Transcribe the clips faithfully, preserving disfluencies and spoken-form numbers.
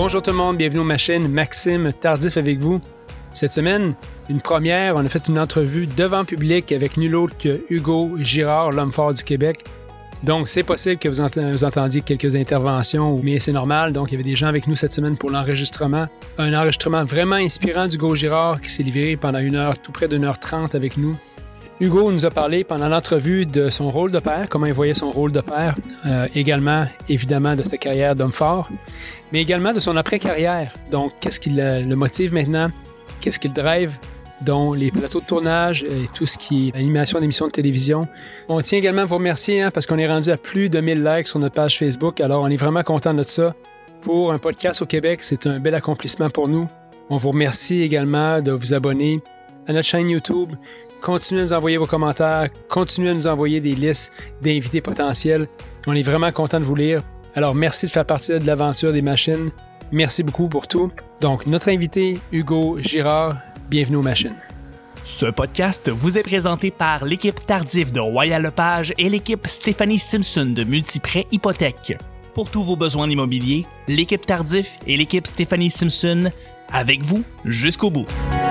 Bonjour tout le monde, bienvenue aux machines. Maxime Tardif avec vous. Cette semaine, une première, on a fait une entrevue devant public avec nul autre que Hugo Girard, l'homme fort du Québec. Donc, c'est possible que vous, ent- vous entendiez quelques interventions, mais c'est normal. Donc, il y avait des gens avec nous cette semaine pour l'enregistrement. Un enregistrement vraiment inspirant d'Hugo Girard qui s'est livré pendant une heure, tout près d'une heure trente avec nous. Hugo nous a parlé pendant l'entrevue de son rôle de père, comment il voyait son rôle de père, euh, également, évidemment, de sa carrière d'homme fort, mais également de son après-carrière. Donc, qu'est-ce qui le, le motive maintenant? Qu'est-ce qui le drive? Dont les plateaux de tournage et tout ce qui est animation d'émissions de télévision. On tient également à vous remercier hein, parce qu'on est rendu à plus de mille likes sur notre page Facebook. Alors, on est vraiment content de ça. Pour un podcast au Québec, c'est un bel accomplissement pour nous. On vous remercie également de vous abonner à notre chaîne YouTube. Continuez à nous envoyer vos commentaires. Continuez à nous envoyer des listes d'invités potentiels. On est vraiment content de vous lire. Alors, merci de faire partie de l'aventure des machines. Merci beaucoup pour tout. Donc, notre invité, Hugo Girard, bienvenue aux machines. Ce podcast vous est présenté par l'équipe Tardif de Royal Lepage et l'équipe Stéphanie Simpson de Multiprêt Hypothèque. Pour tous vos besoins immobiliers, l'équipe Tardif et l'équipe Stéphanie Simpson, avec vous jusqu'au bout.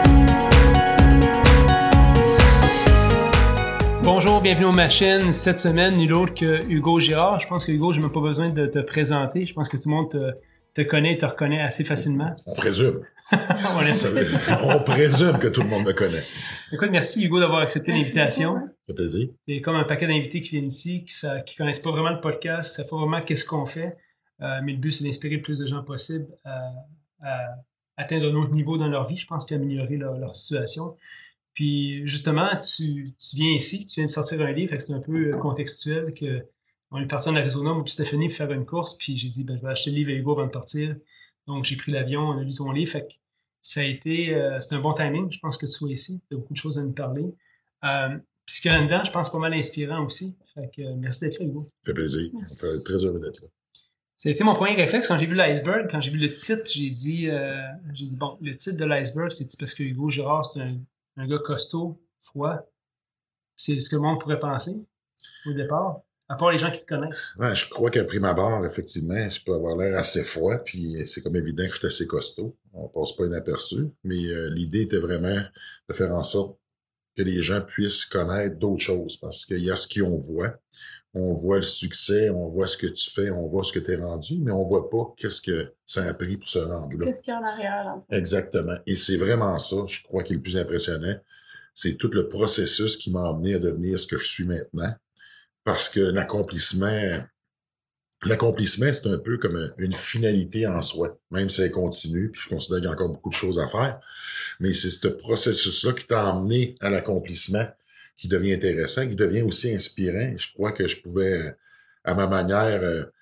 Bonjour, bienvenue aux machines. Cette semaine, nul autre que Hugo Girard. Je pense que Hugo, je n'ai même pas besoin de te présenter. Je pense que tout le monde te, te connaît et te reconnaît assez facilement. On présume. on, Ça, on présume que tout le monde me connaît. Écoute, merci Hugo d'avoir accepté Merci l'invitation. beaucoup. Ça fait plaisir. Il y a comme un paquet d'invités qui viennent ici, qui ne connaissent pas vraiment le podcast, ça fait vraiment qu'est-ce qu'on fait. Euh, mais le but, c'est d'inspirer le plus de gens possible à, à atteindre un autre niveau dans leur vie, je pense, puis améliorer leur, leur situation. Puis justement, tu, tu viens ici, tu viens de sortir un livre, fait que c'est un peu contextuel que on est parti en Arizona, moi puis Stéphanie, pour faire une course, puis j'ai dit, ben, je vais acheter le livre à Hugo avant de partir. Donc, j'ai pris l'avion, on a lu ton livre, fait que ça a été, euh, c'est un bon timing, je pense que tu sois ici, tu as beaucoup de choses à nous parler. Euh, puis ce qu'il y a là-dedans, je pense pas mal inspirant aussi. Fait que euh, merci d'être là, Hugo. Ça fait plaisir. On fait très heureux d'être là. Ça a été mon premier réflexe quand j'ai vu l'iceberg, quand j'ai vu le titre, j'ai dit, euh, j'ai dit bon, le titre de l'iceberg, c'est parce que Hugo Girard, c'est un, un gars costaud, froid. C'est ce que le monde pourrait penser au départ, à part les gens qui te connaissent. Ouais, je crois qu'à prime abord, effectivement, je peux avoir l'air assez froid, puis c'est comme évident que je suis assez costaud. On passe pas inaperçu, mais euh, l'idée était vraiment de faire en sorte que les gens puissent connaître d'autres choses, parce qu'il y a ce qu'on voit. On voit le succès, on voit ce que tu fais, on voit ce que tu es rendu, mais on voit pas qu'est-ce que ça a pris pour se rendre là. Qu'est-ce qu'il y a en arrière, en fait? Exactement. Et c'est vraiment ça, je crois, qui est le plus impressionnant. C'est tout le processus qui m'a amené à devenir ce que je suis maintenant. Parce que l'accomplissement, l'accomplissement, c'est un peu comme une finalité en soi, même si elle continue, puis je considère qu'il y a encore beaucoup de choses à faire. Mais c'est ce processus-là qui t'a amené à l'accomplissement qui devient intéressant, qui devient aussi inspirant. Je crois que je pouvais, à ma manière,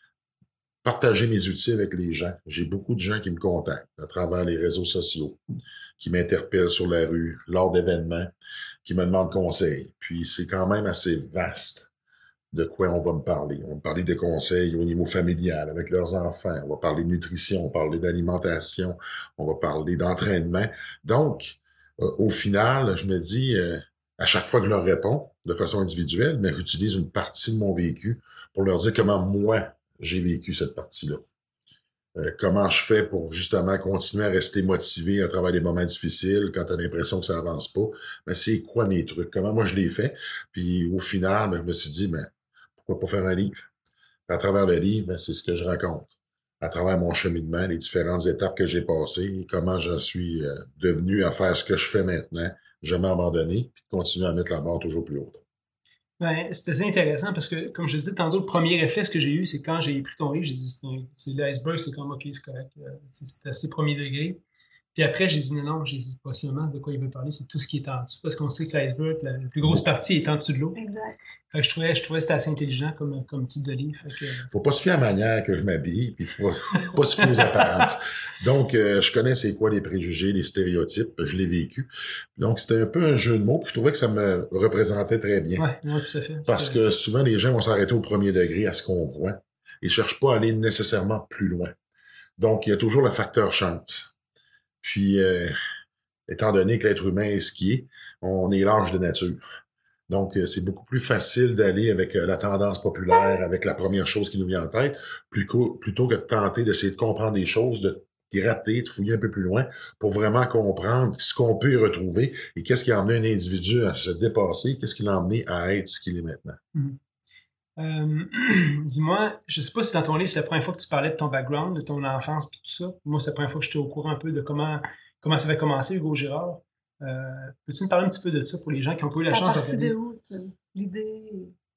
partager mes outils avec les gens. J'ai beaucoup de gens qui me contactent à travers les réseaux sociaux, qui m'interpellent sur la rue, lors d'événements, qui me demandent conseil. Puis c'est quand même assez vaste de quoi on va me parler. On va me parler de conseils au niveau familial, avec leurs enfants. On va parler de nutrition, on va parler d'alimentation, on va parler d'entraînement. Donc, euh, au final, je me dis... Euh, à chaque fois que je leur réponds de façon individuelle, mais j'utilise une partie de mon vécu pour leur dire comment moi j'ai vécu cette partie-là. Euh, comment je fais pour justement continuer à rester motivé à travers les moments difficiles quand tu as l'impression que ça avance pas. Mais c'est quoi mes trucs? Comment moi je les fais? Puis au final, ben, je me suis dit, ben, pourquoi pas faire un livre? À travers le livre, ben, c'est ce que je raconte. À travers mon cheminement, les différentes étapes que j'ai passées, comment j'en suis euh, devenu à faire ce que je fais maintenant, jamais abandonner, puis continuer à mettre la barre toujours plus haute. Ben, c'est assez intéressant parce que, comme je disais tantôt, le premier effet, ce que j'ai eu, c'est quand j'ai pris ton livre, j'ai dit, c'est, un, c'est l'iceberg, c'est comme, OK, c'est correct, euh, c'est, c'est assez premier degré. Puis après, j'ai dit, non, non, j'ai dit, pas seulement de quoi il veut parler, c'est tout ce qui est en dessous, parce qu'on sait que l'iceberg, la, la plus grosse partie est en dessous de l'eau. Exact. Fait que je trouvais, je trouvais que c'était assez intelligent comme, comme type de livre. Fait que... Faut pas se fier à la manière que je m'habille, puis faut, faut pas se fier aux apparences. Donc, euh, je connais c'est quoi les préjugés, les stéréotypes, je l'ai vécu. Donc, c'était un peu un jeu de mots, puis je trouvais que ça me représentait très bien. Ouais, ouais, tout à fait. Parce c'est... que souvent, les gens vont s'arrêter au premier degré à ce qu'on voit. Ils cherchent pas à aller nécessairement plus loin. Donc, il y a toujours le facteur chance. Puis, euh, étant donné que l'être humain est ce qui est, on est l'ange de nature. Donc, euh, c'est beaucoup plus facile d'aller avec euh, la tendance populaire, avec la première chose qui nous vient en tête, plutôt, plutôt que de tenter d'essayer de comprendre des choses de gratter, de fouiller un peu plus loin pour vraiment comprendre ce qu'on peut y retrouver et qu'est-ce qui a amené un individu à se dépasser, qu'est-ce qui l'a amené à être ce qu'il est maintenant. Mm-hmm. Euh, dis-moi, je sais pas si dans ton livre, c'est la première fois que tu parlais de ton background, de ton enfance et tout ça. Moi, c'est la première fois que j'étais au courant un peu de comment, comment ça avait commencé, Hugo Girard. Euh, peux-tu me parler un petit peu de ça pour les gens qui ont pas eu la chance de faire? C'est de où, l'idée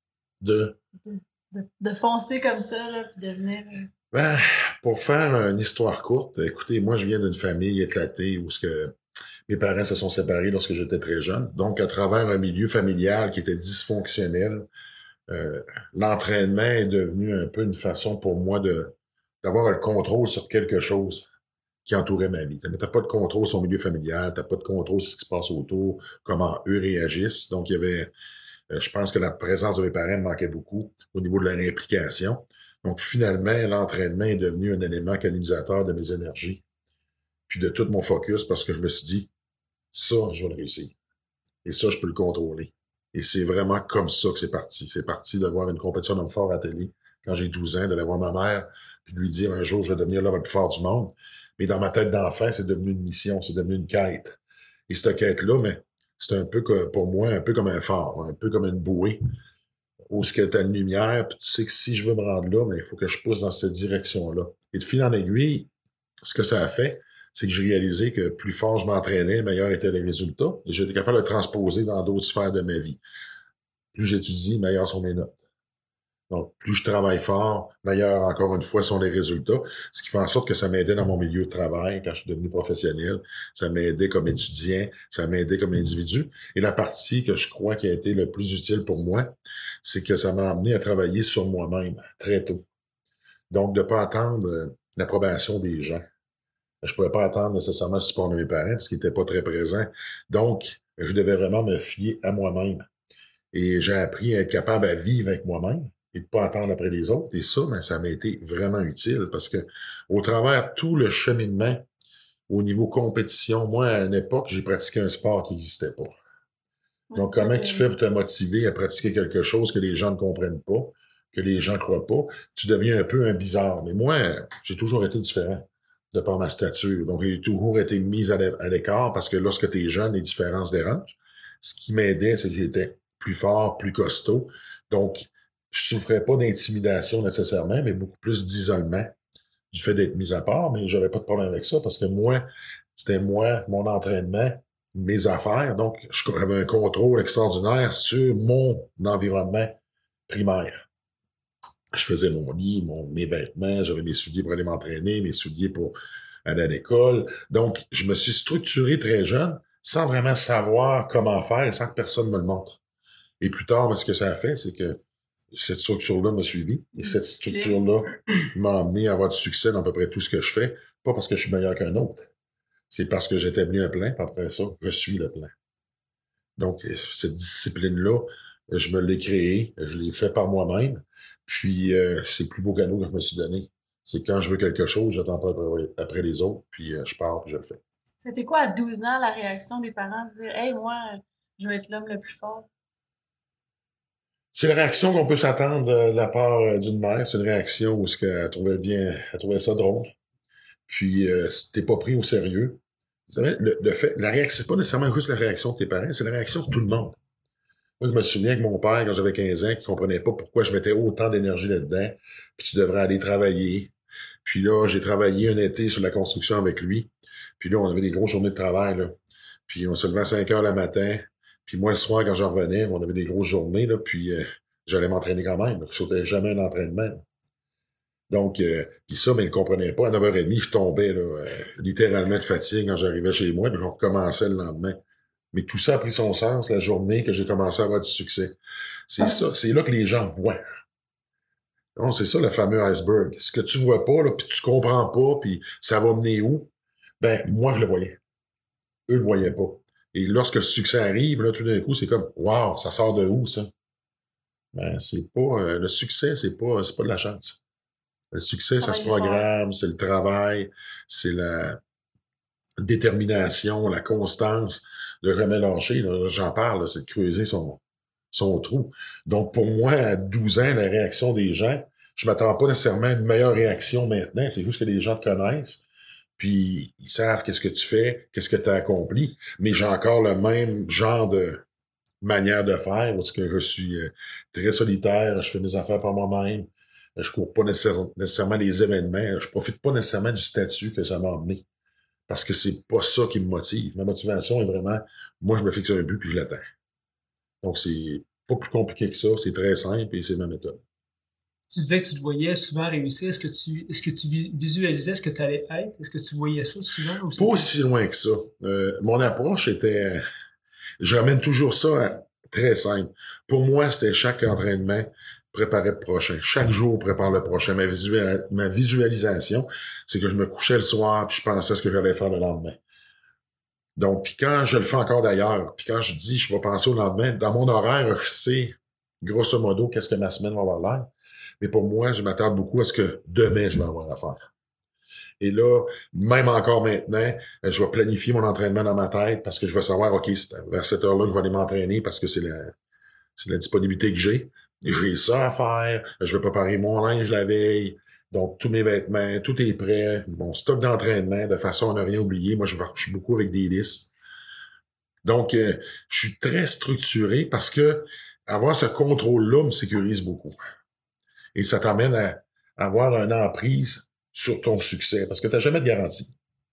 de... De, de, de foncer comme ça, là, puis de venir... Ben, pour faire une histoire courte, écoutez, moi, je viens d'une famille éclatée où ce que mes parents se sont séparés lorsque j'étais très jeune. Donc, à travers un milieu familial qui était dysfonctionnel, euh, l'entraînement est devenu un peu une façon pour moi de d'avoir le contrôle sur quelque chose qui entourait ma vie. Mais t'as pas de contrôle sur le milieu familial, t'as pas de contrôle sur ce qui se passe autour, comment eux réagissent. Donc, il y avait, euh, je pense que la présence de mes parents me manquait beaucoup au niveau de leur implication. Donc, finalement, l'entraînement est devenu un élément canalisateur de mes énergies, puis de tout mon focus, parce que je me suis dit, ça, je vais le réussir. Et ça, je peux le contrôler. Et c'est vraiment comme ça que c'est parti. C'est parti de voir une compétition d'homme fort à télé, quand j'ai douze ans, d'aller voir ma mère, puis de lui dire un jour, je vais devenir l'homme le plus fort du monde. Mais dans ma tête d'enfant, c'est devenu une mission, c'est devenu une quête. Et cette quête-là, mais c'est un peu que, pour moi, un peu comme un phare, un peu comme une bouée, où ce que t'as une lumière, puis tu sais que si je veux me rendre là, mais il faut que je pousse dans cette direction-là. Et de fil en aiguille, ce que ça a fait, c'est que j'ai réalisé que plus fort je m'entraînais, meilleurs étaient les résultats. Et j'étais capable de transposer dans d'autres sphères de ma vie. Plus j'étudie, meilleures sont mes notes. Donc, plus je travaille fort, meilleurs, encore une fois, sont les résultats. Ce qui fait en sorte que ça m'aidait dans mon milieu de travail quand je suis devenu professionnel. Ça m'aidait comme étudiant, ça m'aidait comme individu. Et la partie que je crois qui a été le plus utile pour moi, c'est que ça m'a amené à travailler sur moi-même très tôt. Donc, de pas attendre l'approbation des gens. Je pouvais pas attendre nécessairement le support de mes parents parce qu'ils étaient pas très présents. Donc, je devais vraiment me fier à moi-même. Et j'ai appris à être capable à vivre avec moi-même et de pas attendre après les autres. Et ça, ben, ça m'a été vraiment utile parce que au travers tout le cheminement au niveau compétition, moi, à une époque, j'ai pratiqué un sport qui n'existait pas. Donc, ouais, comment tu fais pour te motiver à pratiquer quelque chose que les gens ne comprennent pas, que les gens croient pas? Tu deviens un peu un bizarre. Mais moi, j'ai toujours été différent de par ma stature. Donc, j'ai toujours été mis à l'écart parce que lorsque tu es jeune, les différences dérangent. Ce qui m'aidait, c'est que j'étais plus fort, plus costaud. Donc, je souffrais pas d'intimidation nécessairement, mais beaucoup plus d'isolement du fait d'être mis à part. Mais j'avais pas de problème avec ça parce que moi, c'était moi, mon entraînement, mes affaires. Donc, j'avais un contrôle extraordinaire sur mon environnement primaire. Je faisais mon lit, mon, mes vêtements, j'avais mes souliers pour aller m'entraîner, mes souliers pour aller à l'école. Donc, je me suis structuré très jeune sans vraiment savoir comment faire, sans que personne me le montre. Et plus tard, ce que ça a fait, c'est que cette structure-là m'a suivi. Et cette structure-là m'a amené à avoir du succès dans à peu près tout ce que je fais. Pas parce que je suis meilleur qu'un autre. C'est parce que j'établis un plan, puis après ça, je suis le plan. Donc, cette discipline-là, je me l'ai créée, je l'ai fait par moi-même. Puis, euh, c'est le plus beau cadeau que je me suis donné. C'est quand je veux quelque chose, j'attends pas après, après les autres, puis euh, je pars, puis je le fais. C'était quoi, à douze ans, la réaction des parents de dire « Hey, moi, je veux être l'homme le plus fort ». C'est la réaction qu'on peut s'attendre de la part d'une mère. C'est une réaction où ce qu'elle trouvait bien, elle trouvait ça drôle. Puis, euh, t'es pas pris au sérieux. Vous savez, le, le fait, la réaction, c'est pas nécessairement juste la réaction de tes parents, c'est la réaction de tout le monde. Moi, je me souviens que mon père, quand j'avais quinze ans, qui comprenait pas pourquoi je mettais autant d'énergie là-dedans, puis tu devrais aller travailler. Puis là, j'ai travaillé un été sur la construction avec lui. Puis là, on avait des grosses journées de travail, là. Puis on se levait à cinq heures le matin. Puis moi, le soir, quand j'en revenais, on avait des grosses journées, là, puis euh, j'allais m'entraîner quand même. Je sautais jamais un entraînement. Là. Donc, euh, puis ça, mais il ne comprenait pas. À neuf heures trente, je tombais là, euh, littéralement de fatigue quand j'arrivais chez moi, puis je recommençais le lendemain. Mais tout ça a pris son sens la journée que j'ai commencé à avoir du succès. C'est ah. ça, c'est là que les gens voient. Donc, c'est ça le fameux iceberg. Ce que tu vois pas, là, puis tu comprends pas, puis ça va mener où? Ben, moi, je le voyais. Eux le voyaient pas. Et lorsque le succès arrive, là, tout d'un coup, c'est comme, wow, ça sort de où, ça? Ben, c'est pas, euh, le succès, c'est pas, c'est pas de la chance. Le succès, ça se programme, c'est le travail, c'est la détermination, la constance de jamais lâcher. Là, j'en parle, là, c'est de creuser son, son trou. Donc, pour moi, à douze ans, la réaction des gens, je m'attends pas nécessairement à une meilleure réaction maintenant. C'est juste que les gens te connaissent. puis ils savent qu'est-ce que tu fais, qu'est-ce que tu as accompli, mais j'ai encore le même genre de manière de faire, parce que je suis euh, très solitaire, je fais mes affaires par moi-même, je cours pas nécessaire- nécessairement les événements, je profite pas nécessairement du statut que ça m'a emmené, parce que c'est pas ça qui me motive. Ma motivation est vraiment, moi je me fixe un but puis je l'attends. Donc c'est pas plus compliqué que ça, c'est très simple et c'est ma méthode. Tu disais que tu te voyais souvent réussir. Est-ce que tu, est-ce que tu visualisais ce que tu allais être? Est-ce que tu voyais ça souvent? Ou Pas aussi loin que ça. Euh, mon approche était, je ramène toujours ça à très simple. Pour moi, c'était chaque entraînement préparer le prochain. Chaque jour prépare le prochain. Ma, visual, ma visualisation, c'est que je me couchais le soir puis je pensais à ce que j'allais faire le lendemain. Donc, puis quand je le fais encore d'ailleurs, puis quand je dis je vais penser au lendemain, dans mon horaire, c'est grosso modo qu'est-ce que ma semaine va avoir l'air. Mais pour moi, je m'attarde beaucoup à ce que demain, je vais avoir à faire. Et là, même encore maintenant, je vais planifier mon entraînement dans ma tête parce que je vais savoir, OK, c'est vers cette heure-là que je vais aller m'entraîner parce que c'est la, c'est la disponibilité que j'ai. J'ai ça à faire. Je vais préparer mon linge la veille. Donc, tous mes vêtements, tout est prêt. Mon stock d'entraînement, de façon à ne rien oublier. Moi, je marche beaucoup avec des listes. Donc, euh, je suis très structuré parce que avoir ce contrôle-là me sécurise beaucoup. Et ça t'amène à avoir une emprise sur ton succès, parce que tu n'as jamais de garantie.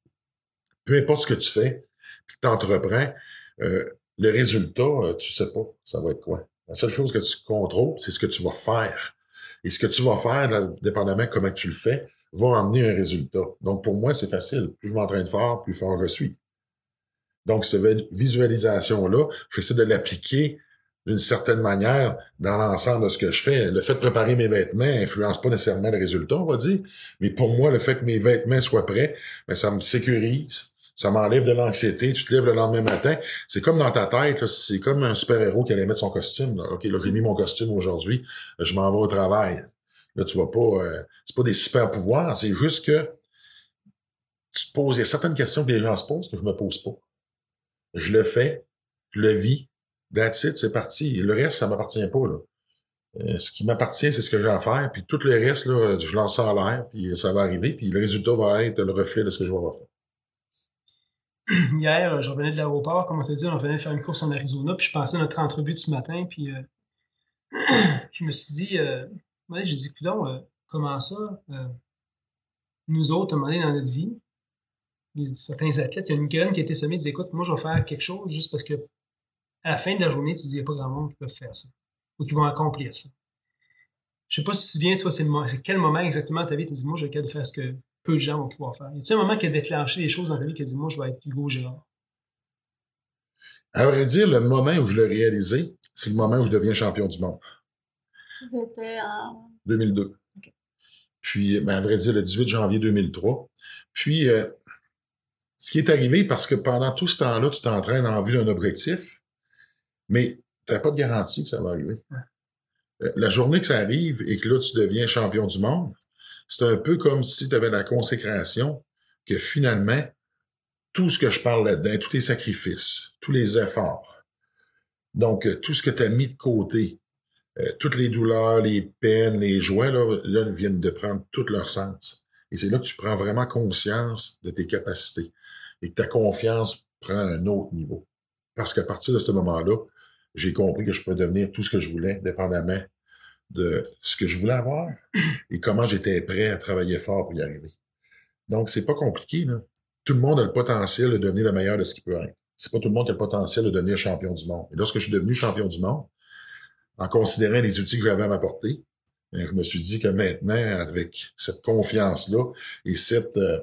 Peu importe ce que tu fais, puis que tu entreprends, euh, le résultat, euh, tu sais pas, ça va être quoi. La seule chose que tu contrôles, c'est ce que tu vas faire. Et ce que tu vas faire, là, dépendamment de comment tu le fais, va amener un résultat. Donc, pour moi, c'est facile. Plus je m'entraîne fort, plus fort je suis. Donc, cette visualisation-là, j'essaie de l'appliquer d'une certaine manière dans l'ensemble de ce que je fais. Le fait de préparer mes vêtements influence pas nécessairement le résultat, on va dire. Mais pour moi, le fait que mes vêtements soient prêts, ben, ça me sécurise. Ça m'enlève de l'anxiété. Tu te lèves le lendemain matin. C'est comme dans ta tête, là, c'est comme un super-héros qui allait mettre son costume. Là. OK, là, j'ai mis mon costume aujourd'hui. Je m'en vais au travail. Là, tu vas pas... Euh, c'est pas des super-pouvoirs. C'est juste que tu te poses... Il y a certaines questions que les gens se posent que je me pose pas. Je le fais. Je le vis. That's it, c'est parti. Le reste, ça m'appartient pas, là. Euh, ce qui m'appartient, c'est ce que j'ai à faire, puis tout le reste, là, je lance ça en l'air, puis ça va arriver, puis le résultat va être le reflet de ce que je vais avoir fait. Hier, je revenais de l'aéroport, comme on t'a dit, on venait de faire une course en Arizona, puis je pensais à notre entrevue de ce matin, puis euh, je me suis dit, euh, ouais, j'ai dit, coudonc, euh, comment ça, euh, nous autres, à un moment donné dans notre vie, les, certains athlètes, il y a une graine qui a été semée, ils disent, écoute, moi, je vais faire quelque chose juste parce que à la fin de la journée, tu dis, il n'y a pas grand monde qui peut faire ça. Ou qui vont accomplir ça. Je sais pas si tu te souviens, toi, c'est, le moment, c'est quel moment exactement de ta vie tu te dis, moi, j'ai le cas de faire ce que peu de gens vont pouvoir faire. Y a-t-il un moment qui a déclenché les choses dans ta vie qui a dit, moi, je vais être Hugo Girard? À vrai dire, le moment où je l'ai réalisé, c'est le moment où je deviens champion du monde. Ça, c'était en... deux mille deux. Okay. Puis, ben, à vrai dire, le dix-huit janvier deux mille trois. Puis, euh, ce qui est arrivé, parce que pendant tout ce temps-là, tu t'entraînes en vue d'un objectif, mais tu n'as pas de garantie que ça va arriver. Ouais. La journée que ça arrive et que là, tu deviens champion du monde, c'est un peu comme si tu avais la consécration que finalement, tout ce que je parle là-dedans, tous tes sacrifices, tous les efforts, donc tout ce que tu as mis de côté, euh, toutes les douleurs, les peines, les joies, là, là, viennent de prendre tout leur sens. Et c'est là que tu prends vraiment conscience de tes capacités et que ta confiance prend un autre niveau. Parce qu'à partir de ce moment-là, j'ai compris que je pouvais devenir tout ce que je voulais, dépendamment de ce que je voulais avoir et comment j'étais prêt à travailler fort pour y arriver. Donc, c'est pas compliqué, là. Tout le monde a le potentiel de devenir le meilleur de ce qu'il peut être. C'est pas tout le monde qui a le potentiel de devenir champion du monde. Et lorsque je suis devenu champion du monde, en considérant les outils que j'avais à m'apporter, je me suis dit que maintenant, avec cette confiance-là et cette, euh,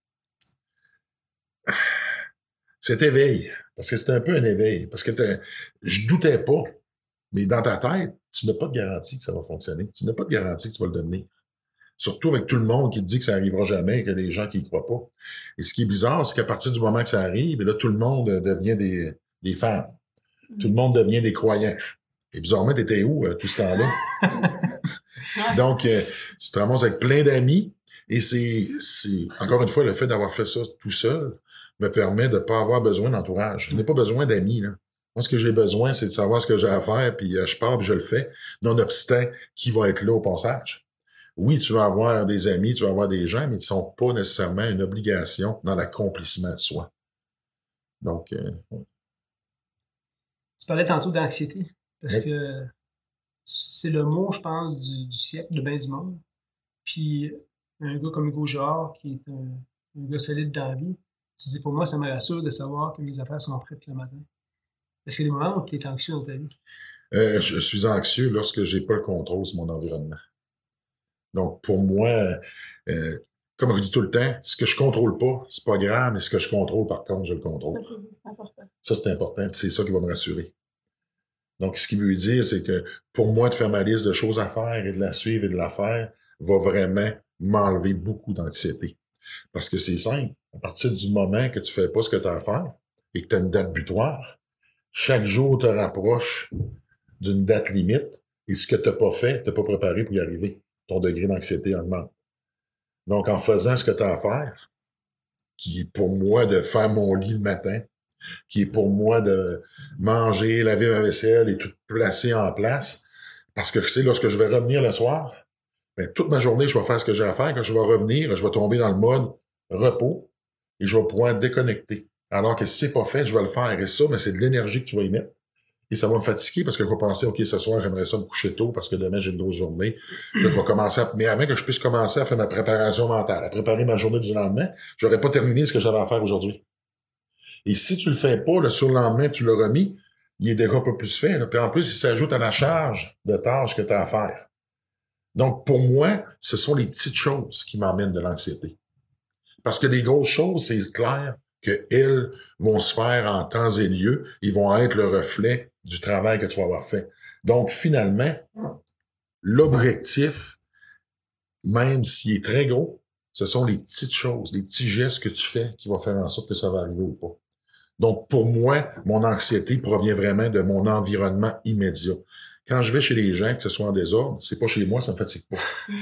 cet éveil, parce que c'était un peu un éveil, parce que je doutais pas, mais dans ta tête, tu n'as pas de garantie que ça va fonctionner. Tu n'as pas de garantie que tu vas le devenir. Surtout avec tout le monde qui te dit que ça arrivera jamais et que les gens qui y croient pas. Et ce qui est bizarre, c'est qu'à partir du moment que ça arrive, et là, tout le monde devient des, des fans. Tout le monde devient des croyants. Et bizarrement, t'étais où euh, tout ce temps-là? Donc, euh, tu te ramasses avec plein d'amis et c'est, c'est, encore une fois, le fait d'avoir fait ça tout seul me permet de pas avoir besoin d'entourage. Je n'ai pas besoin d'amis, là. Moi, ce que j'ai besoin, c'est de savoir ce que j'ai à faire, puis euh, je pars, puis je le fais, nonobstant qui va être là au passage. Oui, tu vas avoir des amis, tu vas avoir des gens, mais ils ne sont pas nécessairement une obligation dans l'accomplissement de soi. Donc, euh, Tu parlais tantôt d'anxiété, parce oui. que c'est le mot, je pense, du, du siècle, de bien du monde. Puis un gars comme Hugo Girard, qui est un, un gars solide dans la vie, tu dis, pour moi, ça me rassure de savoir que mes affaires sont prêtes le matin. Est-ce qu'il y a des moments où tu es anxieux dans ta vie? Euh, je suis anxieux lorsque j'ai pas le contrôle sur mon environnement. Donc, pour moi, euh, comme je dis tout le temps, ce que je contrôle pas, c'est pas grave, mais ce que je contrôle, par contre, je le contrôle. Ça, c'est, c'est important. Ça, c'est important, puis c'est ça qui va me rassurer. Donc, ce qui veut dire, c'est que pour moi, de faire ma liste de choses à faire et de la suivre et de la faire va vraiment m'enlever beaucoup d'anxiété. Parce que c'est simple. À partir du moment que tu fais pas ce que tu as à faire et que tu as une date butoir, chaque jour te rapproche d'une date limite et ce que tu n'as pas fait, tu n'as pas préparé pour y arriver. Ton degré d'anxiété augmente. Donc, en faisant ce que tu as à faire, qui est pour moi de faire mon lit le matin, qui est pour moi de manger, laver ma vaisselle et tout placer en place, parce que c'est lorsque je vais revenir le soir, ben, toute ma journée, je vais faire ce que j'ai à faire. Quand je vais revenir, je vais tomber dans le mode repos et je vais pouvoir déconnecter. Alors que si c'est pas fait, je vais le faire. Et ça, ben, c'est de l'énergie que tu vas y mettre. Et ça va me fatiguer parce que je vais penser, OK, ce soir, j'aimerais ça me coucher tôt parce que demain, j'ai une grosse journée. Je vais commencer à... Mais avant que je puisse commencer à faire ma préparation mentale, à préparer ma journée du lendemain, j'aurais pas terminé ce que j'avais à faire aujourd'hui. Et si tu le fais pas, le surlendemain, tu l'as remis, il est déjà pas plus fait. Là. Puis en plus, il s'ajoute à la charge de tâches que tu as à faire. Donc, pour moi, ce sont les petites choses qui m'emmènent de l'anxiété. Parce que les grosses choses, c'est clair qu'elles vont se faire en temps et lieu. Ils vont être le reflet du travail que tu vas avoir fait. Donc, finalement, l'objectif, même s'il est très gros, ce sont les petites choses, les petits gestes que tu fais qui vont faire en sorte que ça va arriver ou pas. Donc, pour moi, mon anxiété provient vraiment de mon environnement immédiat. Quand je vais chez les gens, que ce soit en désordre, c'est pas chez moi, ça me fatigue pas.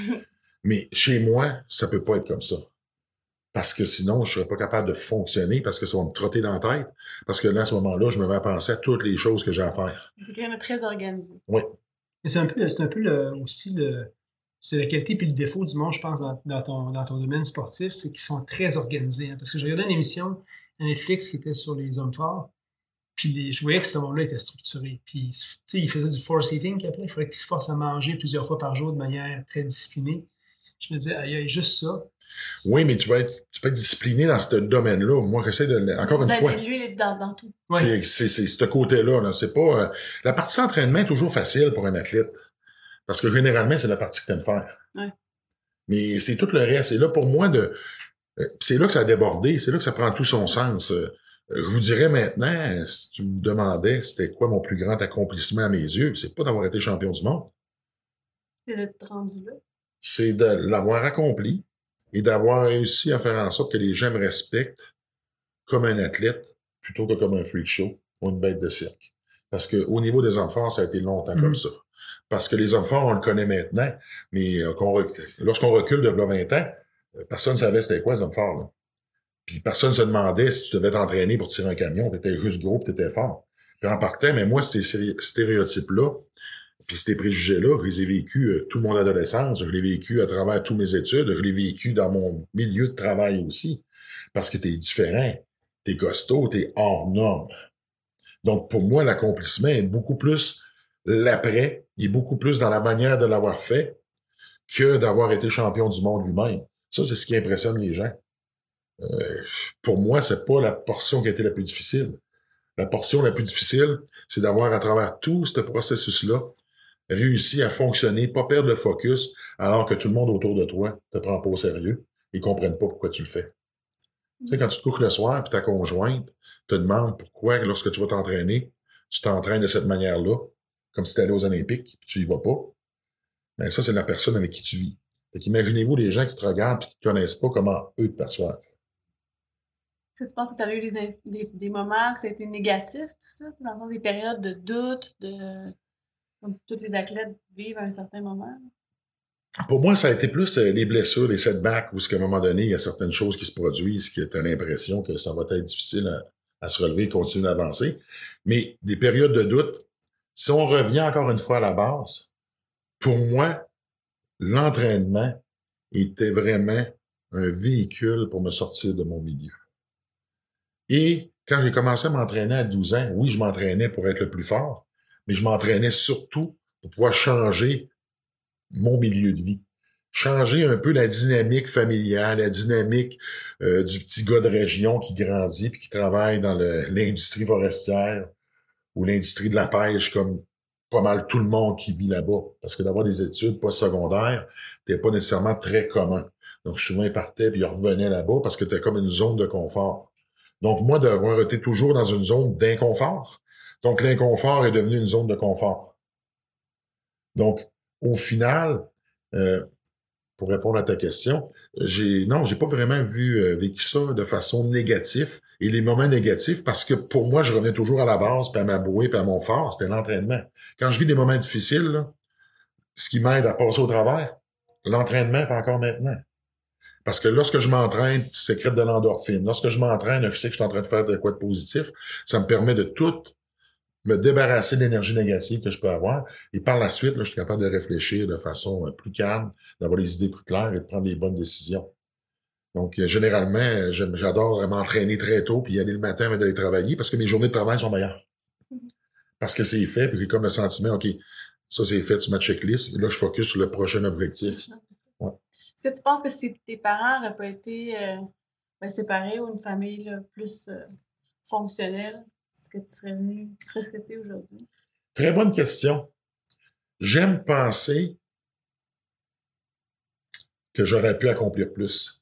Mais chez moi, ça peut pas être comme ça. Parce que sinon, je serais pas capable de fonctionner, parce que ça va me trotter dans la tête. Parce que là, à ce moment-là, je me mets à penser à toutes les choses que j'ai à faire. C'est quand même très organisé. Oui. Et c'est un peu, c'est un peu le, aussi le, c'est la qualité puis le défaut du monde, je pense, dans, dans, ton, dans ton domaine sportif, c'est qu'ils sont très organisés. Hein, parce que j'ai regardé une émission à Netflix qui était sur les hommes forts, puis les, je voyais que ce monde-là était structuré. Puis, tu sais, il faisait du force eating, qu'il appelait. Il fallait qu'il se force à manger plusieurs fois par jour de manière très disciplinée. Je me disais, il y a juste ça. Oui, mais tu vas être, tu peux être discipliné dans ce domaine-là. Moi, j'essaie de, encore une ben, fois. Lui, il est dans, dans tout. Ouais. C'est, c'est, c'est ce côté-là, là. C'est pas, euh, la partie entraînement est toujours facile pour un athlète. Parce que généralement, c'est la partie que tu aimes faire. Ouais. Mais c'est tout le reste. Et là, pour moi, de, euh, c'est là que ça a débordé. C'est là que ça prend tout son sens. Euh, je vous dirais maintenant, si tu me demandais c'était quoi mon plus grand accomplissement à mes yeux, c'est pas d'avoir été champion du monde. C'est d'être rendu là. C'est de l'avoir accompli et d'avoir réussi à faire en sorte que les gens me respectent comme un athlète plutôt que comme un freak show ou une bête de cirque. Parce que au niveau des hommes forts, ça a été longtemps mmh. comme ça. Parce que les hommes forts, on le connaît maintenant, mais euh, qu'on rec... lorsqu'on recule de vingt ans, personne ne savait c'était quoi les hommes forts. Là. Puis personne ne se demandait si tu devais t'entraîner pour tirer un camion, t'étais juste gros, puis t'étais fort. Puis en partant, mais moi, ces stéréotypes-là, puis ces préjugés-là, je les ai vécus euh, toute mon adolescence, je l'ai vécu à travers toutes mes études, je l'ai vécu dans mon milieu de travail aussi. Parce que t'es différent, t'es costaud, t'es hors norme. Donc, pour moi, l'accomplissement est beaucoup plus l'après, il est beaucoup plus dans la manière de l'avoir fait que d'avoir été champion du monde lui-même. Ça, c'est ce qui impressionne les gens. Euh, pour moi, c'est pas la portion qui a été la plus difficile. La portion la plus difficile, c'est d'avoir, à travers tout ce processus-là, réussi à fonctionner, pas perdre le focus, alors que tout le monde autour de toi te prend pas au sérieux et comprennent pas pourquoi tu le fais. Tu sais, quand tu te couches le soir, puis ta conjointe te demande pourquoi, lorsque tu vas t'entraîner, tu t'entraînes de cette manière-là, comme si tu allais aux Olympiques, puis tu y vas pas. Ben ça, c'est la personne avec qui tu vis. Fait qu'imaginez-vous les gens qui te regardent et qui ne connaissent pas comment eux te perçoivent. Est-ce que tu penses que ça a eu des, des, des moments que ça a été négatif, tout ça, dans le sens des périodes de doute, de comme tous les athlètes vivent à un certain moment? Pour moi, ça a été plus euh, les blessures, les setbacks, où à un moment donné, il y a certaines choses qui se produisent, qui tu as l'impression que ça va être difficile à, à se relever et continuer d'avancer. Mais des périodes de doute, si on revient encore une fois à la base, pour moi, l'entraînement était vraiment un véhicule pour me sortir de mon milieu. Et quand j'ai commencé à m'entraîner à douze ans, oui, je m'entraînais pour être le plus fort, mais je m'entraînais surtout pour pouvoir changer mon milieu de vie. Changer un peu la dynamique familiale, la dynamique euh, du petit gars de région qui grandit puis qui travaille dans le, l'industrie forestière ou l'industrie de la pêche comme pas mal tout le monde qui vit là-bas. Parce que d'avoir des études postsecondaires, t'es pas nécessairement très commun. Donc souvent, ils partaient puis ils revenaient là-bas parce que t'es comme une zone de confort. Donc moi, d'avoir été toujours dans une zone d'inconfort. Donc l'inconfort est devenu une zone de confort. Donc, au final, euh, pour répondre à ta question, j'ai non, j'ai pas vraiment vu euh, vécu ça de façon négative. Et les moments négatifs, parce que pour moi, je revenais toujours à la base, puis à ma bouée, puis à mon fort, c'était l'entraînement. Quand je vis des moments difficiles, là, ce qui m'aide à passer au travers, l'entraînement, pas encore maintenant. Parce que lorsque je m'entraîne, tu sécrètes de l'endorphine. Lorsque je m'entraîne, je sais que je suis en train de faire de quoi de positif. Ça me permet de tout me débarrasser de l'énergie négative que je peux avoir. Et par la suite, là, je suis capable de réfléchir de façon plus calme, d'avoir les idées plus claires et de prendre les bonnes décisions. Donc, euh, généralement, j'adore m'entraîner très tôt puis y aller le matin avant d'aller travailler parce que mes journées de travail sont meilleures. Parce que c'est fait, puis j'ai comme le sentiment, OK, ça c'est fait, tu mets checklist, et là, je focus sur le prochain objectif. Ouais. Est-ce que tu penses que si tes parents n'auraient pas été euh, ben, séparés ou une famille là, plus euh, fonctionnelle, est-ce que tu serais venu, tu serais ce que t'es aujourd'hui? Très bonne question. J'aime penser que j'aurais pu accomplir plus.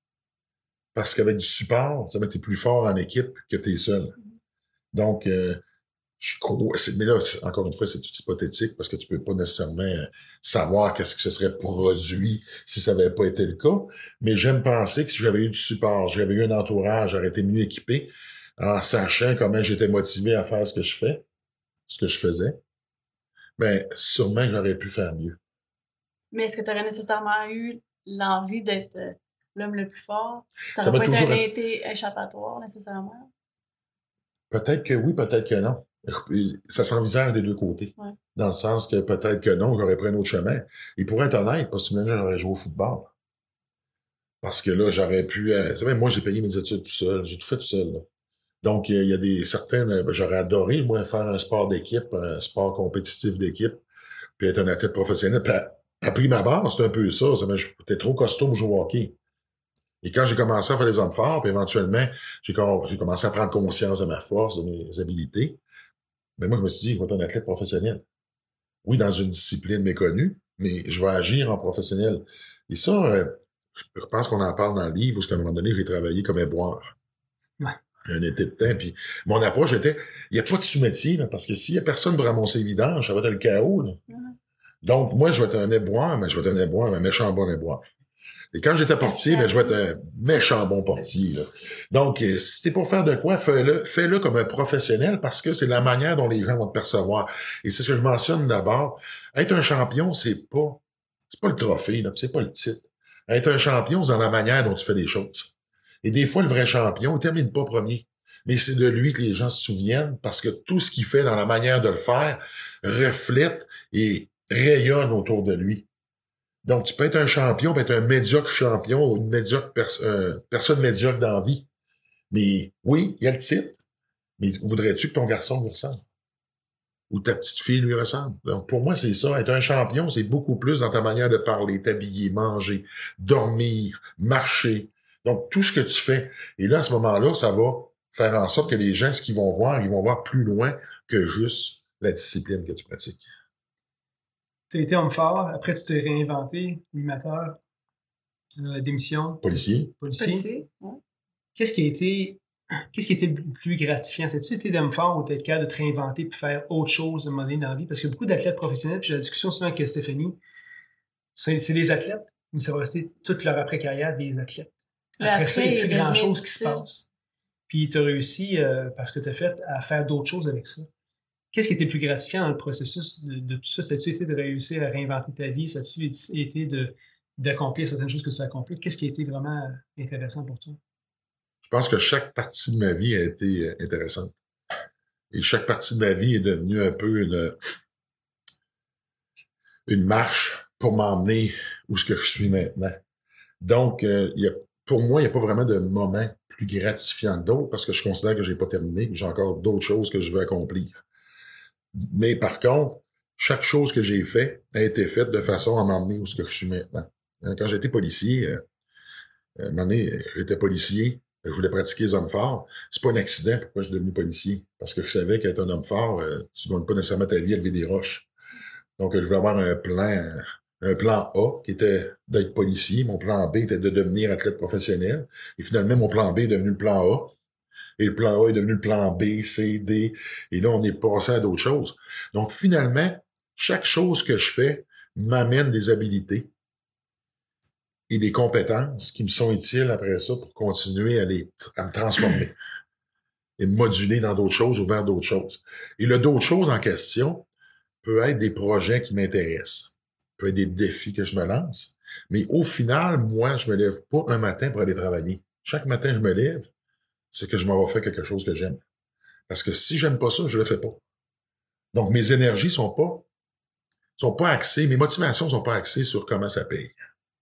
Parce qu'avec du support, ça m'a été plus fort en équipe que t'es seul. Mm-hmm. Donc, euh, je crois, c'est, mais là, encore une fois, c'est tout hypothétique parce que tu peux pas nécessairement savoir qu'est-ce qui se serait produit si ça n'avait pas été le cas. Mais j'aime penser que si j'avais eu du support, j'avais eu un entourage, j'aurais été mieux équipé, en sachant comment j'étais motivé à faire ce que je fais, ce que je faisais, ben sûrement que j'aurais pu faire mieux. Mais est-ce que tu aurais nécessairement eu l'envie d'être euh, l'homme le plus fort? Ça n'aurait pas été, été échappatoire nécessairement? Peut-être que oui, peut-être que non. Ça s'envisage des deux côtés. Ouais. Dans le sens que peut-être que non, j'aurais pris un autre chemin. Et pour être honnête, possiblement j'aurais joué au football. Parce que là, j'aurais pu... Euh, c'est vrai, moi, j'ai payé mes études tout seul. J'ai tout fait tout seul. Là. Donc, il y a des certaines... Ben, j'aurais adoré, moi, faire un sport d'équipe, un sport compétitif d'équipe, puis être un athlète professionnel. Puis, à prix ma barre, c'est un peu ça. ça J'étais trop costaud pour jouer au hockey. Et quand j'ai commencé à faire les hommes forts, puis éventuellement, j'ai, j'ai commencé à prendre conscience de ma force, de mes habilités, ben moi, je me suis dit, je vais être un athlète professionnel. Oui, dans une discipline méconnue, mais je vais agir en professionnel. Et ça, euh, je pense qu'on en parle dans le livre, où à un moment donné, j'ai travaillé comme éboueur. Ouais. Un été de temps, puis mon approche était, il n'y a pas de sous-métier, là, parce que s'il y a personne pour ramasser les vidanges, ça va être le chaos, là. Mm-hmm. Donc, moi, je vais être un éboueur, mais je vais être un éboueur, un méchant bon éboueur. Et quand j'étais portier, ben, je vais être un méchant bon portier, là. Donc, si t'es pour faire de quoi, fais-le, fais-le comme un professionnel parce que c'est la manière dont les gens vont te percevoir. Et c'est ce que je mentionne d'abord. Être un champion, c'est pas, c'est pas le trophée, là, c'est pas le titre. Être un champion, c'est dans la manière dont tu fais les choses. Et des fois, le vrai champion, il termine pas premier. Mais c'est de lui que les gens se souviennent parce que tout ce qu'il fait dans la manière de le faire reflète et rayonne autour de lui. Donc, tu peux être un champion, peut être un médiocre champion ou une médiocre pers- euh, personne médiocre dans la vie. Mais oui, il y a le titre. Mais voudrais-tu que ton garçon lui ressemble? Ou ta petite fille lui ressemble? Donc, pour moi, c'est ça. Être un champion, c'est beaucoup plus dans ta manière de parler, t'habiller, manger, dormir, marcher. Donc, tout ce que tu fais. Et là, à ce moment-là, ça va faire en sorte que les gens, ce qu'ils vont voir, ils vont voir plus loin que juste la discipline que tu pratiques. Tu as été homme fort, après tu t'es réinventé, animateur, euh, d'émission. Policier. Policier. Policier, ouais. Qu'est-ce qui a été, qu'est-ce qui a été le plus gratifiant? C'est-tu été d'homme fort ou d'être capable de te réinventer et faire autre chose à un moment donné dans la vie? Parce que beaucoup d'athlètes professionnels, puis j'ai la discussion souvent avec Stéphanie, c'est, c'est des athlètes, mais ça va rester toute leur après-carrière des athlètes. Après, après ça, il n'y a plus grand-chose qui se passe. Puis tu as réussi, euh, parce que tu as fait, à faire d'autres choses avec ça. Qu'est-ce qui était le plus gratifiant dans le processus de, de tout ça? Ça a-tu été de réussir à réinventer ta vie? Ça a-tu été de, d'accomplir certaines choses que tu as accomplies? Qu'est-ce qui a été vraiment intéressant pour toi? Je pense que chaque partie de ma vie a été intéressante. Et chaque partie de ma vie est devenue un peu une, une marche pour m'emmener où ce que je suis maintenant. Donc, euh, il y a, pour moi, il n'y a pas vraiment de moment plus gratifiant que d'autres parce que je considère que j'ai pas terminé, que j'ai encore d'autres choses que je veux accomplir. Mais par contre, chaque chose que j'ai fait a été faite de façon à m'emmener où ce que je suis maintenant. Quand j'étais policier, euh, à un moment donné, j'étais policier, je voulais pratiquer les hommes forts. C'est pas un accident pourquoi je suis devenu policier. Parce que je savais qu'être un homme fort, euh, tu gagnes pas nécessairement ta vie à lever des roches. Donc, je voulais avoir un plan, un plan A qui était d'être policier. Mon plan B était de devenir athlète professionnel. Et finalement, mon plan B est devenu le plan A. Et le plan A est devenu le plan B, C, D. Et là, on est passé à d'autres choses. Donc, finalement, chaque chose que je fais m'amène des habilités et des compétences qui me sont utiles après ça pour continuer à, les, à me transformer et me moduler dans d'autres choses ou vers d'autres choses. Et le d'autres choses en question peut être des projets qui m'intéressent, peut être des défis que je me lance, mais au final, moi, je me lève pas un matin pour aller travailler. Chaque matin, je me lève, c'est que je m'en vais faire quelque chose que j'aime. Parce que si j'aime pas ça, je le fais pas. Donc, mes énergies sont pas, sont pas axées, mes motivations sont pas axées sur comment ça paye.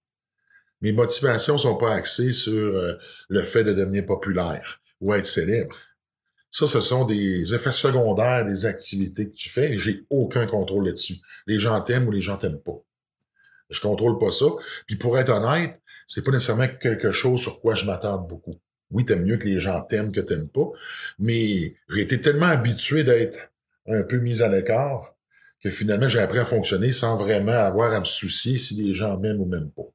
Mes motivations sont pas axées sur euh, le fait de devenir populaire ou être célèbre. Ça, ce sont des effets secondaires des activités que tu fais et j'ai aucun contrôle là-dessus. Les gens t'aiment ou les gens t'aiment pas. Je contrôle pas ça. Puis pour être honnête, c'est pas nécessairement quelque chose sur quoi je m'attarde beaucoup. Oui, t'aimes mieux que les gens t'aiment que t'aimes pas, mais j'ai été tellement habitué d'être un peu mis à l'écart que finalement, j'ai appris à fonctionner sans vraiment avoir à me soucier si les gens m'aiment ou m'aiment pas.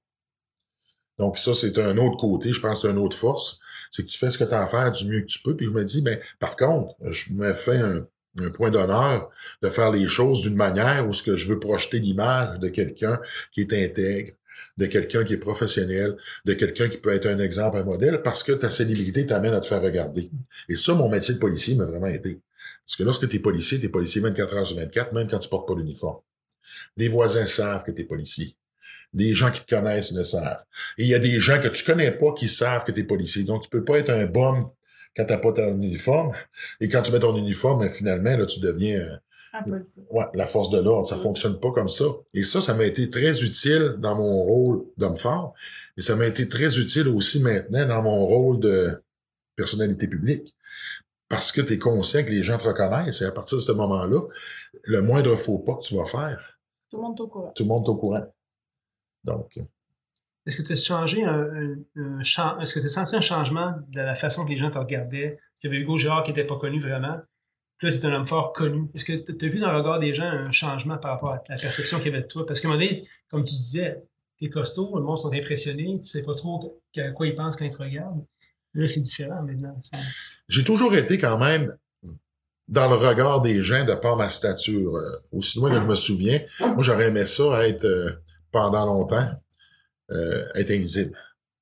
Donc ça, c'est un autre côté, je pense que c'est une autre force, c'est que tu fais ce que tu as à faire du mieux que tu peux, puis je me dis, ben par contre, je me fais un, un point d'honneur de faire les choses d'une manière où ce que je veux projeter l'image de quelqu'un qui est intègre, de quelqu'un qui est professionnel, de quelqu'un qui peut être un exemple, un modèle, parce que ta célébrité t'amène à te faire regarder. Et ça, mon métier de policier m'a vraiment aidé. Parce que lorsque tu es policier, tu es policier vingt-quatre heures sur vingt-quatre, même quand tu portes pas l'uniforme. Les voisins savent que tu es policier. Les gens qui te connaissent le savent. Et il y a des gens que tu connais pas qui savent que tu es policier. Donc, tu peux pas être un bum quand t'as pas ton uniforme. Et quand tu mets ton uniforme, finalement, là, tu deviens un policier. Ouais, la force de l'ordre. Ça fonctionne pas comme ça. Et ça, ça m'a été très utile dans mon rôle d'homme fort. Et ça m'a été très utile aussi maintenant dans mon rôle de personnalité publique. Parce que tu es conscient que les gens te reconnaissent. Et à partir de ce moment-là, le moindre faux pas que tu vas faire, tout le monde est au courant. Tout le monde est au courant. Donc. Est-ce que tu as changé un, un, un, un est-ce que tu as senti un changement de la façon que les gens te regardaient? Il y avait Hugo Girard qui n'était pas connu vraiment. Puis là, tu es un homme fort connu. Est-ce que tu as vu dans le regard des gens un changement par rapport à la perception qu'il y avait de toi? Parce qu'à un moment donné, comme tu disais, t'es costaud, le monde sont impressionnés, tu sais pas trop à quoi ils pensent quand ils te regardent. Là, c'est différent maintenant. C'est... J'ai toujours été quand même dans le regard des gens de par ma stature. Euh, aussi loin que je me souviens, moi, j'aurais aimé ça être, euh, pendant longtemps, euh, être invisible.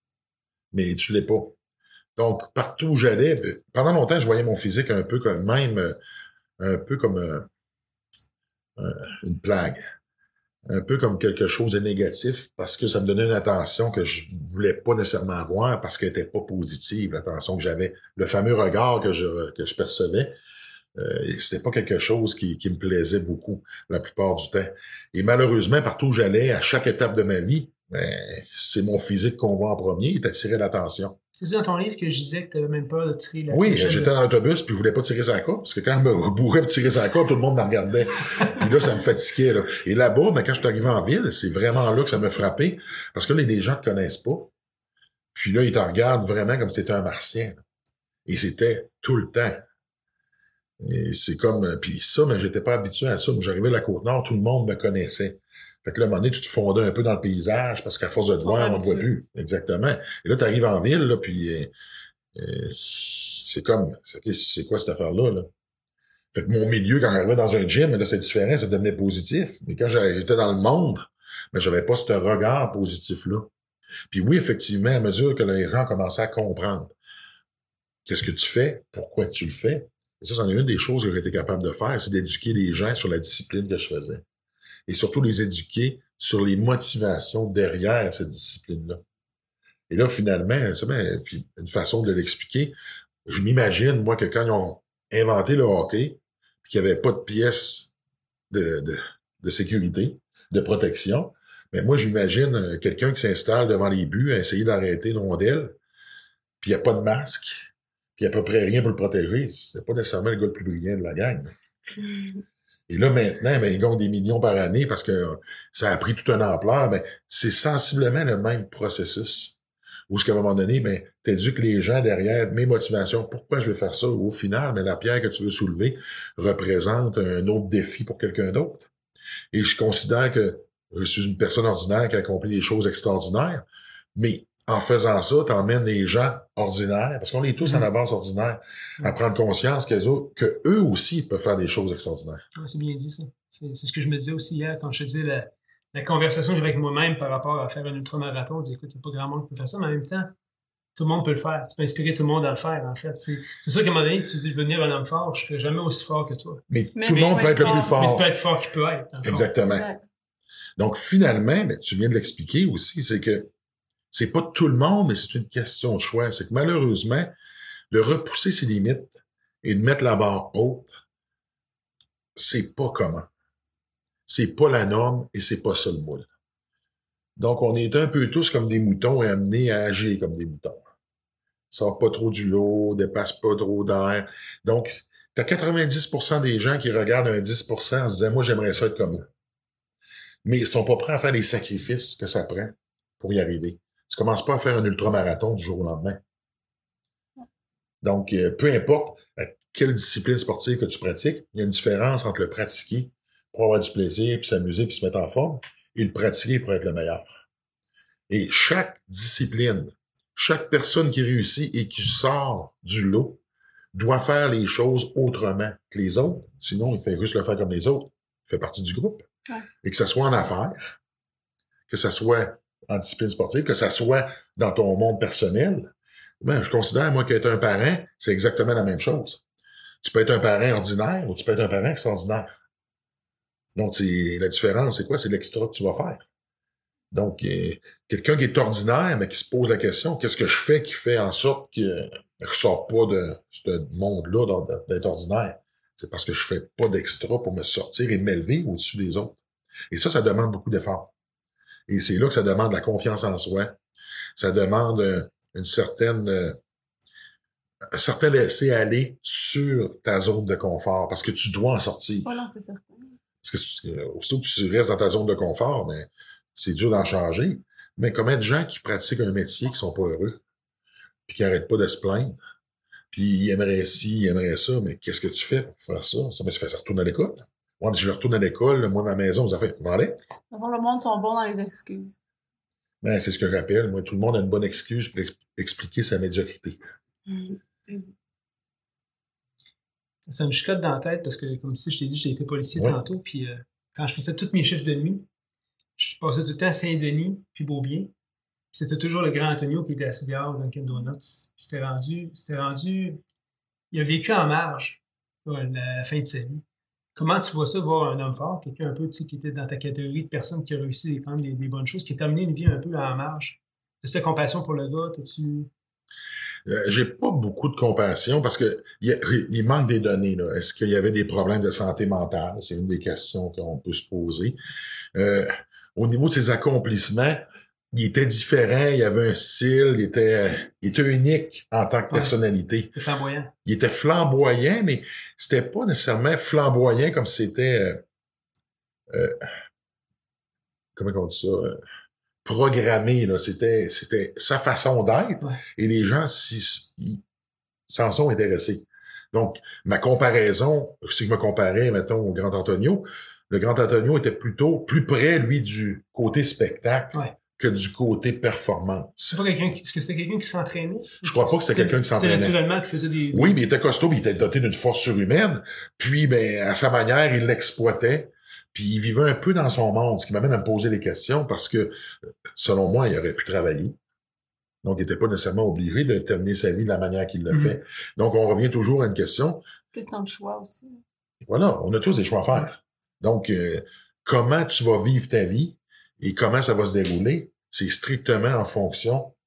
Mais tu l'es pas. Donc, partout où j'allais, pendant longtemps, je voyais mon physique un peu comme même, euh, un peu comme euh, euh, une plague. Un peu comme quelque chose de négatif parce que ça me donnait une attention que je voulais pas nécessairement avoir parce qu'elle était pas positive, l'attention que j'avais. Le fameux regard que je, que je percevais, euh, c'était pas quelque chose qui, qui me plaisait beaucoup la plupart du temps. Et malheureusement, partout où j'allais, à chaque étape de ma vie, ben, c'est mon physique qu'on voit en premier, il t'attirait l'attention. C'est dans ton livre que je disais que tu avais même peur de tirer la Oui, j'étais de... dans l'autobus puis je voulais pas tirer sa corde parce que quand je me bourrais pour tirer sa corde, tout le monde me regardait. Puis là, ça me fatiguait. Là. Et là-bas, ben, quand je suis arrivé en ville, c'est vraiment là que ça m'a frappé parce que là, les gens te connaissent pas. Puis là, ils te regardent vraiment comme si t'étais un martien. Et c'était tout le temps. Et c'est comme... Puis ça, mais j'étais pas habitué à ça. Moi, j'arrivais à la Côte-Nord, tout le monde me connaissait. Fait que là, à un moment donné, tu te fondais un peu dans le paysage parce qu'à force de te voir, on ne voit plus. Exactement. Et là, tu arrives en ville, là, puis euh, euh, c'est comme, c'est quoi cette affaire-là, là? Fait que mon milieu, quand j'arrivais dans un gym, là, c'est différent, ça devenait positif. Mais quand j'étais dans le monde, ben, j'avais pas ce regard positif-là. Puis oui, effectivement, à mesure que les gens commençaient à comprendre qu'est-ce que tu fais, pourquoi tu le fais, et ça, c'en est une des choses que j'ai été capable de faire, c'est d'éduquer les gens sur la discipline que je faisais. Et surtout les éduquer sur les motivations derrière cette discipline-là. Et là, finalement, c'est bien, puis une façon de l'expliquer, je m'imagine, moi, que quand ils ont inventé le hockey, puis qu'il n'y avait pas de pièces de, de, de sécurité, de protection, Mais moi, j'imagine euh, quelqu'un qui s'installe devant les buts à essayer d'arrêter une rondelle, puis il n'y a pas de masque, puis il n'y a à peu près rien pour le protéger. C'est pas nécessairement le gars le plus brillant de la gang. Et là, maintenant, ben, ils gagnent des millions par année parce que ça a pris toute une ampleur. Ben, c'est sensiblement le même processus. Où ce qu'à un moment donné, ben, t'éduques les gens derrière mes motivations. Pourquoi je vais faire ça? Au final, mais la pierre que tu veux soulever représente un autre défi pour quelqu'un d'autre. Et je considère que je suis une personne ordinaire qui accomplit des choses extraordinaires, mais en faisant ça, t'emmènes les gens ordinaires, parce qu'on est tous mm-hmm. à la base ordinaire, mm-hmm. à prendre conscience qu'eux autres, que eux aussi peuvent faire des choses extraordinaires. Ouais, c'est bien dit, ça. C'est, c'est ce que je me disais aussi hier quand je te disais la, la conversation que j'avais avec moi-même par rapport à faire un ultramarathon. On dit, écoute, il n'y a pas grand monde qui peut faire ça, mais en même temps, tout le monde peut le faire. Tu peux inspirer tout le monde à le faire, en fait. C'est, c'est sûr qu'à un moment donné, tu dis, je veux devenir un homme fort, je ne serai jamais aussi fort que toi. Mais, mais tout le monde peut être le plus fort. Mais tu peux être fort qu'il peut être. Exactement. Exact. Donc, finalement, ben, tu viens de l'expliquer aussi, c'est que c'est pas tout le monde, mais c'est une question de choix. C'est que malheureusement, de repousser ses limites et de mettre la barre haute, c'est pas comment. C'est pas la norme et c'est pas ça le moule. Donc, on est un peu tous comme des moutons et amenés à agir comme des moutons. Sors pas trop du lot, dépasse pas trop d'air. Donc, t'as quatre-vingt-dix pour cent des gens qui regardent un dix pour cent en se disant « Moi, j'aimerais ça être comme eux ». Mais ils sont pas prêts à faire les sacrifices que ça prend pour y arriver. Tu commences pas à faire un ultramarathon du jour au lendemain. Donc, euh, peu importe à quelle discipline sportive que tu pratiques, il y a une différence entre le pratiquer pour avoir du plaisir, puis s'amuser, puis se mettre en forme, et le pratiquer pour être le meilleur. Et chaque discipline, chaque personne qui réussit et qui sort du lot doit faire les choses autrement que les autres. Sinon, il fait juste le faire comme les autres. Il fait partie du groupe. Ouais. Et que ce soit en affaires, que ce soit en discipline sportive, que ça soit dans ton monde personnel, ben, je considère, moi, qu'être un parent, c'est exactement la même chose. Tu peux être un parent ordinaire ou tu peux être un parent extraordinaire. Donc, c'est, la différence, c'est quoi? C'est l'extra que tu vas faire. Donc, euh, quelqu'un qui est ordinaire, mais qui se pose la question, qu'est-ce que je fais qui fait en sorte que je ne sors pas de ce monde-là d'être ordinaire? C'est parce que je fais pas d'extra pour me sortir et m'élever au-dessus des autres. Et ça, ça demande beaucoup d'efforts. Et c'est là que ça demande la confiance en soi. Ça demande euh, une certaine, euh, un certain laisser-aller sur ta zone de confort, parce que tu dois en sortir. Oh non, c'est certain. Parce que euh, aussitôt que tu restes dans ta zone de confort, ben, c'est dur d'en changer. Mais combien de gens qui pratiquent un métier qui sont pas heureux, puis qui arrêtent pas de se plaindre, puis ils aimeraient ci, ils aimeraient ça, mais qu'est-ce que tu fais pour faire ça? Ça, ben, ça fait ça retourne à l'école. Moi, je retourne à l'école, moi, ma maison, vous avez fait, vendez. Le monde sont bons dans les excuses. Ben, c'est ce que je rappelle. Moi, tout le monde a une bonne excuse pour ex- expliquer sa médiocrité. Mmh. Ça me chicote dans la tête parce que, comme si je t'ai dit, j'ai été policier ouais. tantôt, puis euh, quand je faisais tous mes chiffres de nuit, je passais tout le temps à Saint-Denis, puis Beaubien. Puis c'était toujours le grand Antonio qui était assis dehors dans Dunkin' Donuts. Puis c'était rendu, c'était rendu... Il a vécu en marge, là, la, la fin de sa vie. Comment tu vois ça, voir un homme fort, quelqu'un un peu, tu sais, qui était dans ta catégorie de personnes qui a réussi quand même des, des bonnes choses, qui a terminé une vie un peu en marge? T'as-tu la compassion pour le gars? T'as-tu... Euh, j'ai pas beaucoup de compassion parce que il, il manque des données, là. Est-ce qu'il y avait des problèmes de santé mentale? C'est une des questions qu'on peut se poser. Euh, au niveau de ses accomplissements, il était différent, il avait un style, il était, il était unique en tant que ouais. personnalité. Il était flamboyant. Il était flamboyant, mais c'était pas nécessairement flamboyant comme c'était, euh, euh, comment on dit ça, euh, programmé, là. C'était, c'était sa façon d'être, ouais. et les gens s'y, ils, s'en sont intéressés. Donc, ma comparaison, si je me comparais, mettons, au Grand Antonio, le Grand Antonio était plutôt plus près, lui, du côté spectacle. Ouais. que du côté performance. C'est pas quelqu'un qui, est-ce que c'était quelqu'un qui s'entraînait? Je crois pas que c'était quelqu'un qui s'entraînait. C'était naturellement qui faisait des... Oui, mais il était costaud, mais il était doté d'une force surhumaine. Puis, ben, à sa manière, il l'exploitait. Puis, il vivait un peu dans son monde, ce qui m'amène à me poser des questions parce que, selon moi, il aurait pu travailler. Donc, il n'était pas nécessairement obligé de terminer sa vie de la manière qu'il l'a mm-hmm. fait. Donc, on revient toujours à une question. Question de choix aussi. Voilà, on a tous des choix à faire. Donc, euh, comment tu vas vivre ta vie et comment ça va se dérouler, c'est strictement en fonction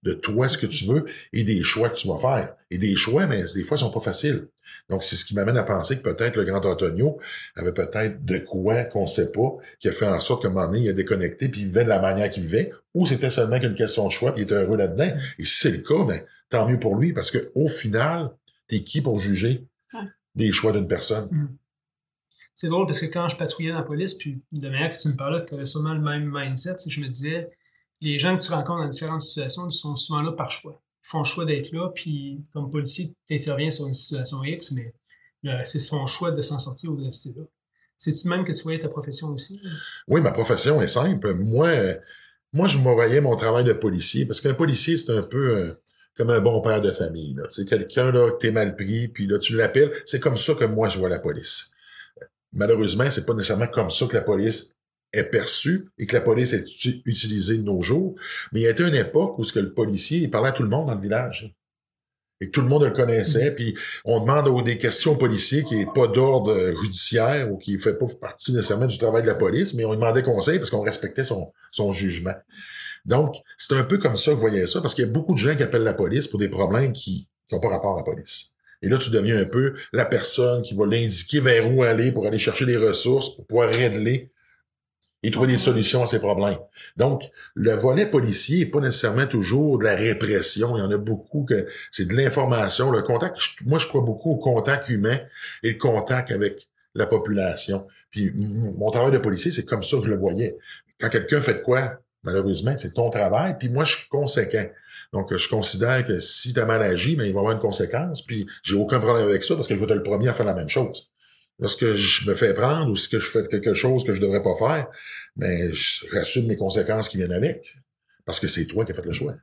de toi, ce que tu veux, et des choix que tu vas faire. Et des choix, mais des fois, ils sont pas faciles. Donc, c'est ce qui m'amène à penser que peut-être le grand Antonio avait peut-être de quoi qu'on sait pas, qui a fait en sorte qu'à un moment donné, il a déconnecté, puis il vivait de la manière qu'il vivait, ou c'était seulement qu'une question de choix, puis il était heureux là-dedans. Et si c'est le cas, ben, tant mieux pour lui, parce que au final, t'es qui pour juger ouais. des choix d'une personne? Mmh. C'est drôle parce que quand je patrouillais dans la police, puis de manière que tu me parlais, tu avais sûrement le même mindset, je me disais, les gens que tu rencontres dans différentes situations, ils sont souvent là par choix. Ils font le choix d'être là, puis comme policier, tu interviens sur une situation X, mais là, c'est son choix de s'en sortir ou de rester là. C'est-tu même que tu voyais ta profession aussi? Oui, ma profession est simple. Moi, euh, moi, je me voyais mon travail de policier, parce qu'un policier, c'est un peu euh, comme un bon père de famille. Là. C'est quelqu'un là que t'es mal pris, puis là, tu l'appelles. C'est comme ça que moi, je vois la police. Malheureusement, c'est pas nécessairement comme ça que la police est perçue et que la police est utilisée de nos jours. Mais il y a été une époque où ce que le policier, il parlait à tout le monde dans le village. Et que tout le monde le connaissait, mmh. Puis on demande aux, des questions aux policiers qui n'est pas d'ordre judiciaire ou qui ne fait pas partie nécessairement du travail de la police, mais on lui demandait conseil parce qu'on respectait son, son jugement. Donc, c'est un peu comme ça que vous voyez ça, parce qu'il y a beaucoup de gens qui appellent la police pour des problèmes qui n'ont pas rapport à la police. Et là, tu deviens un peu la personne qui va l'indiquer vers où aller pour aller chercher des ressources, pour pouvoir régler et trouver des solutions à ces problèmes. Donc, le volet policier n'est pas nécessairement toujours de la répression. Il y en a beaucoup que c'est de l'information, le contact. Moi, je crois beaucoup au contact humain et le contact avec la population. Puis, mon travail de policier, c'est comme ça que je le voyais. Quand quelqu'un fait de quoi, malheureusement, c'est ton travail. Puis moi, je suis conséquent. Donc, je considère que si tu as mal agi, ben, il va y avoir une conséquence. Puis, j'ai aucun problème avec ça parce que je vais être le premier à faire la même chose. Lorsque je me fais prendre ou si je fais quelque chose que je devrais pas faire, ben, j'assume les conséquences qui viennent avec. Parce que c'est toi qui as fait le choix.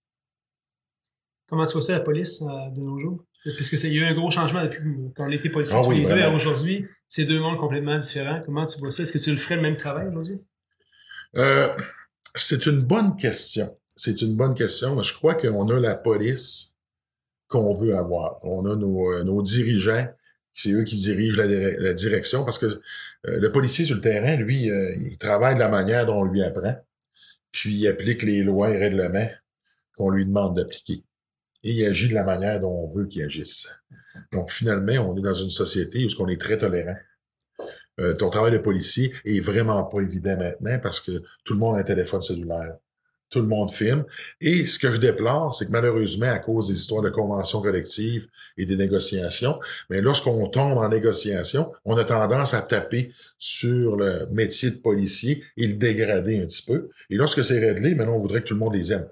Comment tu vois ça, la police, euh, de nos jours? Puisque il y a eu un gros changement depuis quand on était policier ah, tous oui, les deux à aujourd'hui. C'est deux mondes complètement différents. Comment tu vois ça? Est-ce que tu le ferais le même travail aujourd'hui? Euh, c'est une bonne question. C'est une bonne question. Mais je crois qu'on a la police qu'on veut avoir. On a nos, euh, nos dirigeants. C'est eux qui dirigent la, la direction parce que euh, le policier sur le terrain, lui, euh, il travaille de la manière dont on lui apprend, puis il applique les lois et règlements qu'on lui demande d'appliquer. Et il agit de la manière dont on veut qu'il agisse. Donc, finalement, on est dans une société où on est très tolérant. Euh, ton travail de policier est vraiment pas évident maintenant parce que tout le monde a un téléphone cellulaire. Tout le monde filme. Et ce que je déplore, c'est que malheureusement, à cause des histoires de conventions collectives et des négociations, mais lorsqu'on tombe en négociation, on a tendance à taper sur le métier de policier et le dégrader un petit peu. Et lorsque c'est réglé, maintenant, on voudrait que tout le monde les aime.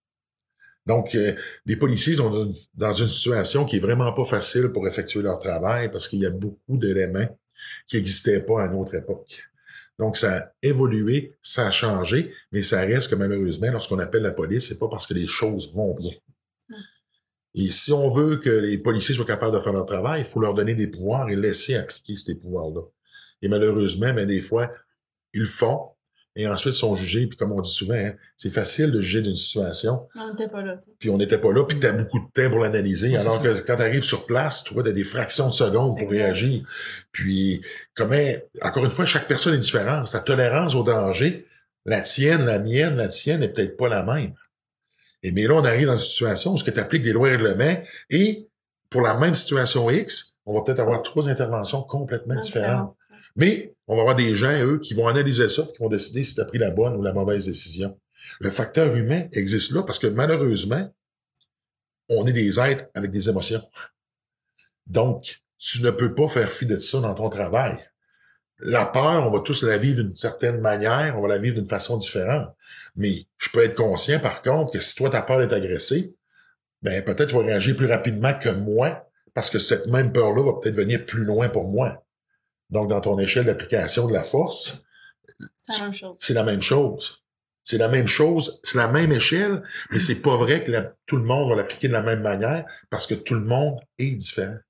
Donc, euh, les policiers sont dans une situation qui est vraiment pas facile pour effectuer leur travail parce qu'il y a beaucoup d'éléments qui n'existaient pas à une autre époque. Donc, ça a évolué, ça a changé, mais ça reste que malheureusement, lorsqu'on appelle la police, c'est pas parce que les choses vont bien. Et si on veut que les policiers soient capables de faire leur travail, il faut leur donner des pouvoirs et laisser appliquer ces pouvoirs-là. Et malheureusement, ben, des fois, ils le font, et ensuite sont jugés, puis comme on dit souvent, hein, c'est facile de juger d'une situation. On n'était pas là. Puis on n'était pas là, puis tu as beaucoup de temps pour l'analyser, ouais, alors que quand tu arrives sur place, tu vois, tu as des fractions de secondes pour exact. Réagir. Puis, comment, encore une fois, chaque personne est différente. Sa tolérance au danger, la tienne, la mienne, la tienne n'est peut-être pas la même. Et mais là, on arrive dans une situation où tu appliques des lois et règlements, et pour la même situation X, on va peut-être avoir trois interventions complètement non, différentes. Mais on va avoir des gens, eux, qui vont analyser ça, qui vont décider si tu as pris la bonne ou la mauvaise décision. Le facteur humain existe là parce que malheureusement, on est des êtres avec des émotions. Donc, tu ne peux pas faire fi de ça dans ton travail. La peur, on va tous la vivre d'une certaine manière, on va la vivre d'une façon différente. Mais je peux être conscient, par contre, que si toi, tu as peur d'être agressé, ben peut-être tu vas réagir plus rapidement que moi parce que cette même peur-là va peut-être venir plus loin pour moi. Donc, dans ton échelle d'application de la force, c'est la même chose. C'est la même chose. C'est la même chose, c'est la même échelle, mais c'est pas vrai que la, tout le monde va l'appliquer de la même manière parce que tout le monde est différent.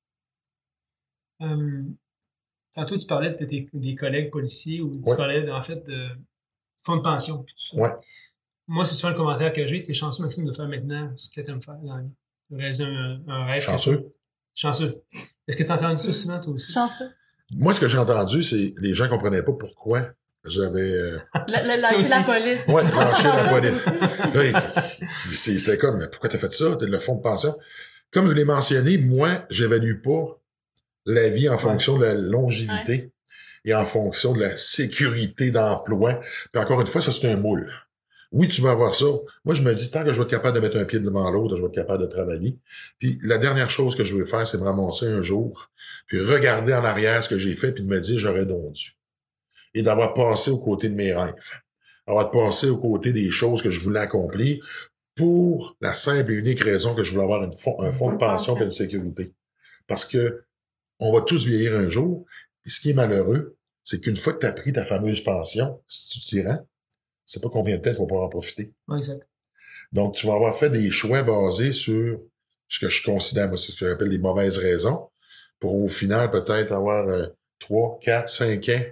Um, tantôt, tu parlais de tes des collègues policiers ou tu ouais. parlais, en fait, de fonds de pension et tout ça. Ouais. Moi, c'est souvent le commentaire que j'ai. T'es chanceux, Maxime, de faire maintenant ce que t'aimes faire dans la vie. De réaliser un, un rêve. Chanceux. Chanceux. Est-ce que t'as entendu ça souvent, toi aussi? Chanceux. Moi, ce que j'ai entendu, c'est les gens comprenaient pas pourquoi J'avais... Euh... La, la, la, c'est aussi... la police. Ouais, franchir la police. Là, il, il, il fait comme, mais pourquoi t'as fait ça? T'as le fonds de pension. Comme je l'ai mentionné, moi, j'évalue pas la vie en fonction ouais. de la longévité ouais. et en fonction de la sécurité d'emploi. Puis encore une fois, ça, c'est un moule. Oui, tu vas avoir ça. Moi, je me dis, tant que je vais être capable de mettre un pied devant l'autre, je vais être capable de travailler. Puis la dernière chose que je veux faire, c'est me ramasser un jour, puis regarder en arrière ce que j'ai fait, puis de me dire, j'aurais donc dû. Et d'avoir passé aux côtés de mes rêves. Avoir passé aux côtés des choses que je voulais accomplir pour la simple et unique raison que je voulais avoir une fond, un fonds de pension et une sécurité. Parce que on va tous vieillir un jour. Et ce qui est malheureux, c'est qu'une fois que tu as pris ta fameuse pension, si tu t'y rends, tu sais pas combien de temps il faut pouvoir en profiter. Oui, exact. Donc, tu vas avoir fait des choix basés sur ce que je considère, moi, c'est ce que j'appelle les mauvaises raisons, pour au final peut-être avoir euh, trois, quatre, cinq ans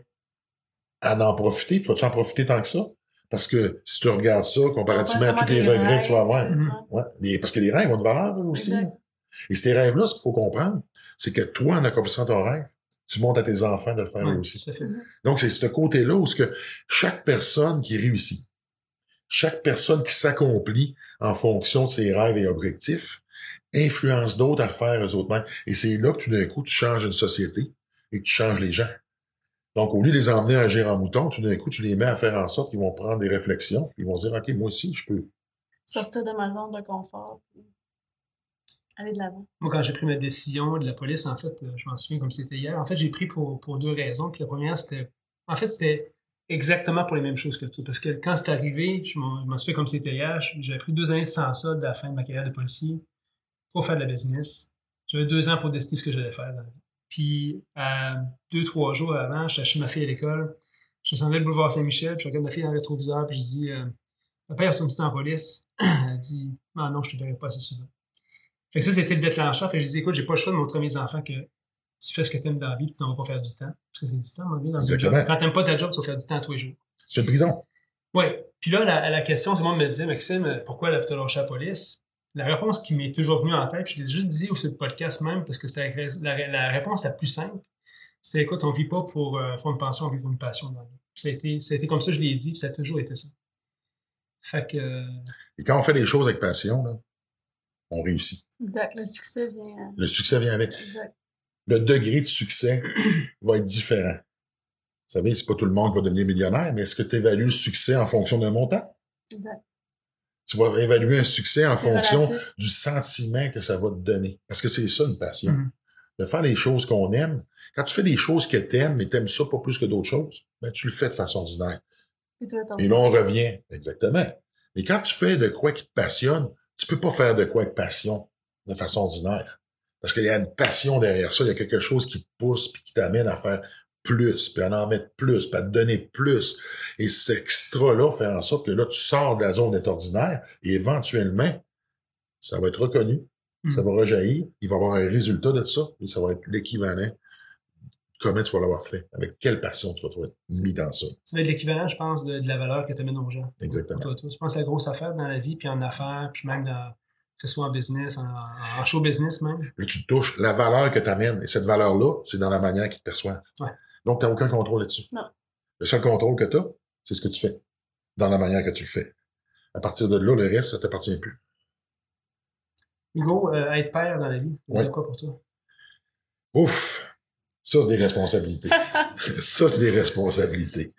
à en profiter. Faut-tu en profiter tant que ça? Parce que si tu regardes ça, comparativement à tous les regrets rêves, que tu vas avoir, mm-hmm. ouais, les, parce que les rêves ont une valeur eux aussi. Exact. Et ces rêves-là, ce qu'il faut comprendre, c'est que toi, en accomplissant ton rêve, tu montres à tes enfants de le faire oui, aussi. Tout à fait. Donc, c'est ce côté-là où ce que chaque personne qui réussit, chaque personne qui s'accomplit en fonction de ses rêves et objectifs, influence d'autres à le faire eux autres mêmes. Et c'est là que tout d'un coup, tu changes une société et que tu changes les gens. Donc, au lieu de les emmener à agir en mouton, tout d'un coup, tu les mets à faire en sorte qu'ils vont prendre des réflexions, ils vont se dire, OK, moi aussi, je peux. Sortir de ma zone de confort. Aller de l'avant. Moi, quand j'ai pris ma décision de la police, en fait, je m'en souviens comme c'était hier. En fait, j'ai pris pour, pour deux raisons. Puis la première, c'était... En fait, c'était exactement pour les mêmes choses que toi. Parce que quand c'est arrivé, je m'en, je m'en souviens comme c'était hier. J'avais pris deux années de sans solde à la fin de ma carrière de policier pour faire de la business. J'avais deux ans pour décider ce que j'allais faire dans la vie. Puis, à deux, trois jours avant, je cherchais ma fille à l'école. Je descendais le boulevard Saint-Michel, puis je regarde ma fille dans le rétroviseur, puis je dis euh, « Papa, il retourne-tu dans la police? » Elle dit « Ah non, je te verrai pas assez souvent. » Fait que ça, c'était le déclencheur. Fait que je dis, écoute, j'ai pas le choix de montrer à mes enfants que tu fais ce que t'aimes dans la vie puis tu n'en vas pas faire du temps. Parce que c'est du temps, mon vie, dans une job. Quand t'aimes pas ta job, tu vas faire du temps tous les jours. C'est une prison. Oui. Puis là, la, la question, c'est moi de me dire, Maxime, pourquoi t'as lâché la police? La réponse qui m'est toujours venue en tête, puis je l'ai déjà dit au sur le podcast même, parce que c'était la, la, la réponse la plus simple, c'est écoute, on vit pas pour euh, faire une pension, on vit pour une passion dans la vie. Puis ça a été, ça a été comme ça, je l'ai dit, puis ça a toujours été ça. Fait que... Euh... Et quand on fait les choses avec passion, là, on réussit. Exact. Le succès vient... Le succès vient avec. Exact. Le degré de succès va être différent. Vous savez, c'est pas tout le monde qui va devenir millionnaire, mais est-ce que tu évalues le succès en fonction d'un montant? Exact. Tu vas évaluer un succès en c'est fonction relatif. Du sentiment que ça va te donner. Parce que c'est ça, une passion. Mm-hmm. De faire les choses qu'on aime. Quand tu fais des choses que t'aimes, mais t'aimes ça pas plus que d'autres choses, ben, tu le fais de façon ordinaire. Et, tu vas Et là, on revient. Exactement. Mais quand tu fais de quoi qui te passionne, tu peux pas faire de quoi avec passion de façon ordinaire. Parce qu'il y a une passion derrière ça, il y a quelque chose qui te pousse puis qui t'amène à faire plus, puis à en mettre plus, puis à te donner plus. Et cet extra-là fait en sorte que là, tu sors de la zone d'être ordinaire et éventuellement, ça va être reconnu, mmh. ça va rejaillir, il va y avoir un résultat de ça et ça va être l'équivalent. Comment tu vas l'avoir fait? Avec quelle passion tu vas trouver mis dans ça? Ça va être l'équivalent, je pense, de, de la valeur que tu amènes aux gens. Exactement. Toi, toi. Je pense que c'est la grosse affaire dans la vie, puis en affaires, puis même dans, que ce soit en business, en, en show business même. Là, tu te touches la valeur que tu amènes. Et cette valeur-là, c'est dans la manière qu'ils te perçoivent. Ouais. Donc, tu n'as aucun contrôle là-dessus. Non. Le seul contrôle que tu as, c'est ce que tu fais. Dans la manière que tu le fais. À partir de là, le reste, ça t'appartient plus. Hugo, euh, être père dans la vie, ouais. c'est quoi pour toi? Ouf! Ça, c'est des responsabilités. ça, c'est des responsabilités.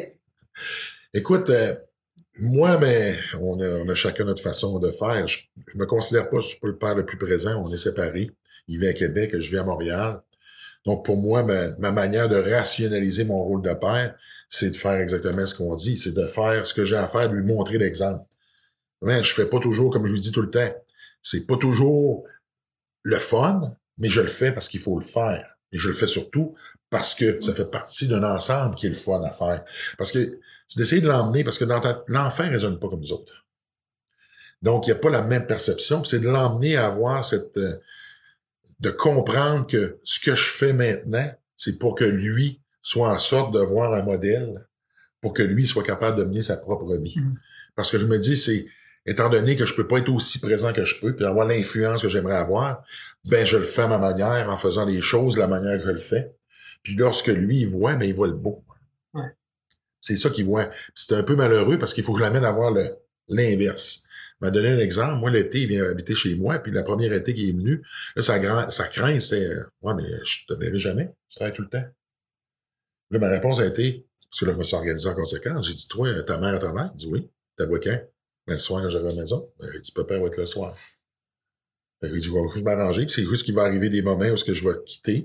Écoute, euh, moi, mais on a, on a chacun notre façon de faire. Je, je me considère pas, je suis pas le père le plus présent. On est séparés. Il vit à Québec, je vis à Montréal. Donc, pour moi, ma, ma manière de rationaliser mon rôle de père, c'est de faire exactement ce qu'on dit. C'est de faire ce que j'ai à faire, de lui montrer l'exemple. Mais je fais pas toujours, comme je lui dis tout le temps, c'est pas toujours le fun, mais je le fais parce qu'il faut le faire. Et je le fais surtout parce que ça fait partie d'un ensemble qui est le fun à faire. Parce que c'est d'essayer de l'emmener, parce que dans ta, l'enfant ne raisonne pas comme nous autres. Donc, il n'y a pas la même perception. C'est de l'emmener à avoir cette... Euh, de comprendre que ce que je fais maintenant, c'est pour que lui soit en sorte de voir un modèle, pour que lui soit capable de mener sa propre vie. Mmh. Parce que je me dis, c'est... étant donné que je peux pas être aussi présent que je peux, puis avoir l'influence que j'aimerais avoir, ben je le fais à ma manière, en faisant les choses de la manière que je le fais. Puis lorsque lui, il voit, ben il voit le beau. Ouais. C'est ça qu'il voit. C'est un peu malheureux parce qu'il faut que je l'amène à voir le, l'inverse. Il m'a donné un exemple. Moi, l'été, il vient habiter chez moi, puis la première été qu'il est venu, là, sa, grand, sa crainte, c'était « Ouais, mais je te verrai jamais. Tu travailles tout le temps. » Là, ma réponse a été, parce que là, je me suis organisé en conséquence, j'ai dit « Toi, ta mère, ta mère? » Il dit « Oui. » « T'as vois quand? » « Ben, le soir, quand j'arrive à la maison. » Ben, il dit « Papa va être le soir. » Fait que, il dit « Je vais juste m'arranger, puis c'est juste qu'il va arriver des moments où est-ce que je vais quitter.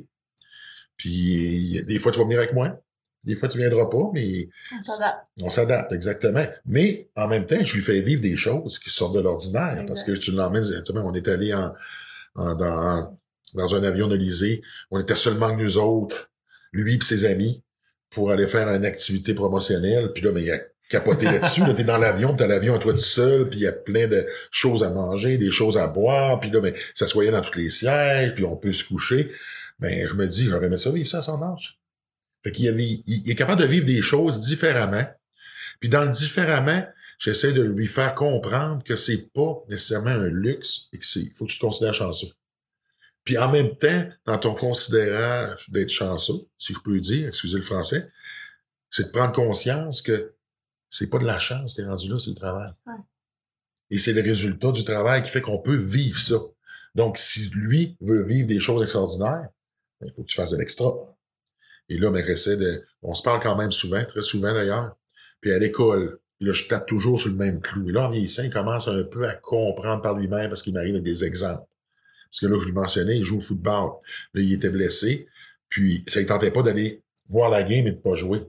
Puis, des fois, tu vas venir avec moi. Des fois, tu viendras pas, mais... On s'adapte. On s'adapte, exactement. Mais, en même temps, je lui fais vivre des choses qui sortent de l'ordinaire. Exact. Parce que tu l'emmènes, on est allé en, en, dans, dans un avion de l'Élysée. On était seulement que nous autres, lui et ses amis, pour aller faire une activité promotionnelle. Puis là, mais il a capoté là-dessus. Là, t'es dans l'avion, t'as l'avion à toi tout seul, puis il y a plein de choses à manger, des choses à boire. Puis là, mais s'assoyer dans tous les sièges, puis on peut se coucher. Ben, je me dis, j'aurais aimé ça vivre ça à son âge. Fait qu'il avait, il est capable de vivre des choses différemment. Puis dans le différemment, j'essaie de lui faire comprendre que c'est pas nécessairement un luxe et que c'est, faut que tu te considères chanceux. Puis en même temps, dans ton considérage d'être chanceux, si je peux dire, excusez le français, c'est de prendre conscience que c'est pas de la chance, t'es rendu là, c'est le travail. Ouais. Et c'est le résultat du travail qui fait qu'on peut vivre ça. Donc, si lui veut vivre des choses extraordinaires, il faut que tu fasses de l'extra. Et là, mais j'essaie de... On se parle quand même souvent, très souvent d'ailleurs. Puis à l'école, là, je tape toujours sur le même clou. Et là, en vieillissant, il commence un peu à comprendre par lui-même parce qu'il m'arrive avec des exemples. Parce que là, je lui mentionnais, il joue au football. Là, il était blessé. Puis, ça ne tentait pas d'aller voir la game et de pas jouer.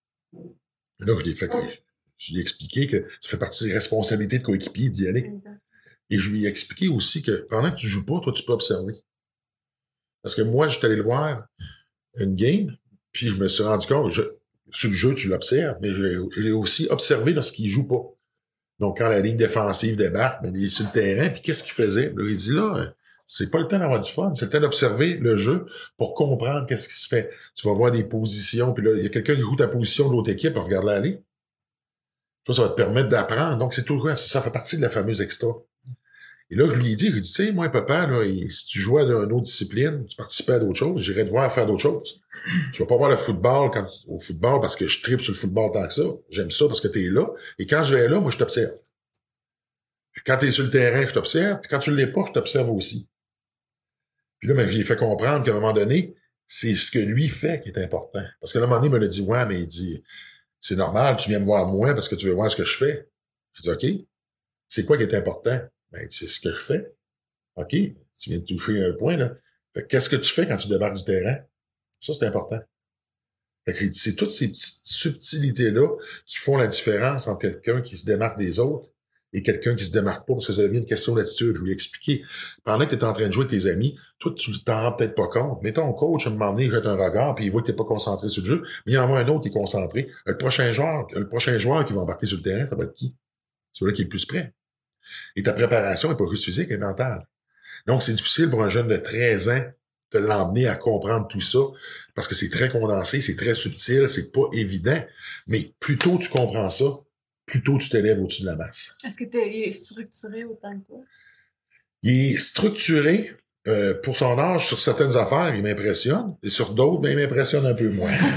Et là, je l'ai fait... Je lui ai expliqué que ça fait partie des responsabilités de coéquipier d'y aller. Exact. Et je lui ai expliqué aussi que pendant que tu joues pas, toi, tu peux observer. Parce que moi, j'étais allé le voir une game, puis je me suis rendu compte, je, sur le jeu, tu l'observes, mais j'ai, j'ai aussi observé lorsqu'il joue pas. Donc, quand la ligne défensive débarque, ben, il est sur le terrain, puis qu'est-ce qu'il faisait? Là, il dit là, c'est pas le temps d'avoir du fun, c'est le temps d'observer le jeu pour comprendre qu'est-ce qui se fait. Tu vas voir des positions, puis là, il y a quelqu'un qui joue ta position de l'autre équipe, regarde la aller. Toi, ça va te permettre d'apprendre. Donc, c'est tout, ça fait partie de la fameuse extra. Et là, je lui ai dit, je lui ai dit, tu sais, moi, papa, là, si tu jouais à une autre discipline, tu participais à d'autres choses, j'irais te voir faire d'autres choses. Je vais pas voir le football quand, au football parce que je tripe sur le football tant que ça. J'aime ça parce que t'es là. Et quand je vais là, moi, je t'observe. Puis quand t'es sur le terrain, je t'observe. Puis quand tu l'es pas, je t'observe aussi. Puis là, ben, je lui ai fait comprendre qu'à un moment donné, c'est ce que lui fait qui est important. Parce qu'à un moment donné, il me l'a dit, ouais, mais il dit, c'est normal, tu viens me voir moi parce que tu veux voir ce que je fais. Je dis, OK. C'est quoi qui est important? Ben, c'est ce que je fais. OK. Tu viens de toucher un point, là. Fait que qu'est-ce que tu fais quand tu débarques du terrain? Ça, c'est important. Fait que c'est toutes ces petites subtilités-là qui font la différence entre quelqu'un qui se démarque des autres et quelqu'un qui se démarque pas parce que ça devient une question d'attitude. Je lui ai expliqué. Pendant que tu es en train de jouer avec tes amis, toi, tu t'en rends peut-être pas compte. Mais ton coach, à un moment donné, il jette un regard puis il voit que t'es pas concentré sur le jeu, mais il y en a un autre qui est concentré. Le prochain joueur, le prochain joueur qui va embarquer sur le terrain, ça va être qui? Celui-là qui est le plus près. Et ta préparation n'est pas juste physique, elle est mentale. Donc, c'est difficile pour un jeune de treize ans de l'emmener à comprendre tout ça, parce que c'est très condensé, c'est très subtil, c'est pas évident. Mais plus tôt tu comprends ça, plus tôt tu t'élèves au-dessus de la masse. Est-ce que t'es, il est structuré autant que toi? Il est structuré euh, pour son âge sur certaines affaires, il m'impressionne, et sur d'autres, ben, il m'impressionne un peu moins. C'est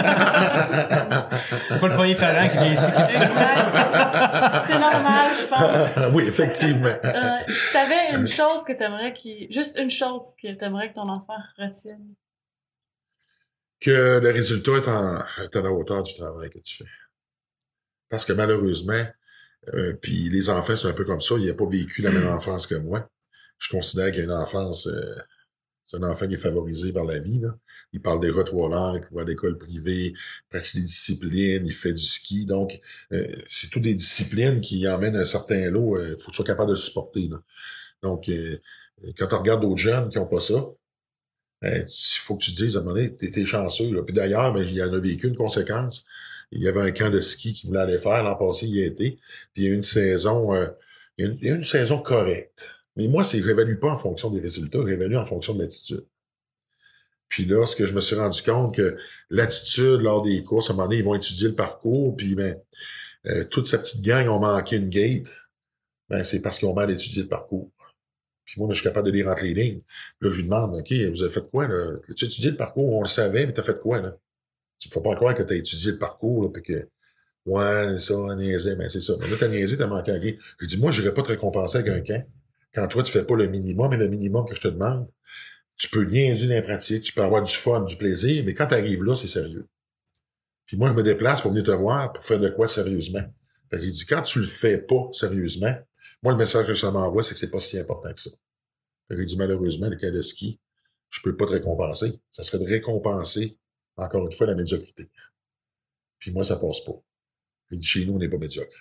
pas le premier parent qui vient ici qui dit ça. C'est normal, je pense. Oui, effectivement. Euh, si t'avais une chose que t'aimerais qu'il... Juste une chose que t'aimerais que ton enfant retienne. Que le résultat est, en, est à la hauteur du travail que tu fais. Parce que malheureusement, euh, puis les enfants, c'est un peu comme ça, il n'a pas vécu la même enfance que moi. Je considère qu'il y a une enfance... Euh, c'est un enfant qui est favorisé par la vie, là. Il parle des Rottweilers, il va à l'école privée, il pratique des disciplines, il fait du ski. Donc, euh, c'est toutes des disciplines qui emmènent un certain lot. Il euh, faut que tu sois capable de le supporter, là. Donc, euh, quand tu regardes d'autres jeunes qui n'ont pas ça, il euh, faut que tu te dises, à un moment donné, t'es, t'es chanceux, là. Puis d'ailleurs, ben, il y en a vécu une conséquence. Il y avait un camp de ski qu'il voulait aller faire. L'an passé, il y a été. Puis il y a eu une saison, euh, il y a une, il y a une saison correcte. Mais moi, c'est, je réévalue pas en fonction des résultats, je réévalue en fonction de l'attitude. Puis là, ce que je me suis rendu compte que l'attitude lors des courses, à un moment donné, ils vont étudier le parcours, puis ben, euh, toute sa petite gang ont manqué une gate, ben c'est parce qu'ils ont mal étudié le parcours. Puis moi, je suis capable de lire entre les lignes. Puis là, je lui demande, OK, vous avez fait quoi, là? Tu as étudié le parcours, on le savait, mais t'as fait quoi, là? Il faut pas croire que tu as étudié le parcours, là, puis que Ouais, ça, on niaisait, ben c'est ça. Mais là, t'as niaisé, t'as manqué un gay. J'ai dit, moi, je n'irais pas te récompenser avec un camp. Quand toi, tu fais pas le minimum, et le minimum que je te demande, tu peux niaiser dans la pratique, tu peux avoir du fun, du plaisir, mais quand t'arrives là, c'est sérieux. Puis moi, je me déplace pour venir te voir pour faire de quoi sérieusement. Fait qu'il dit, quand tu le fais pas sérieusement, moi, le message que ça m'envoie, c'est que c'est pas si important que ça. Fait qu'il dit, malheureusement, le cas de ski, je peux pas te récompenser. Ça serait de récompenser, encore une fois, la médiocrité. Puis moi, ça passe pas. Il dit, chez nous, on n'est pas médiocre.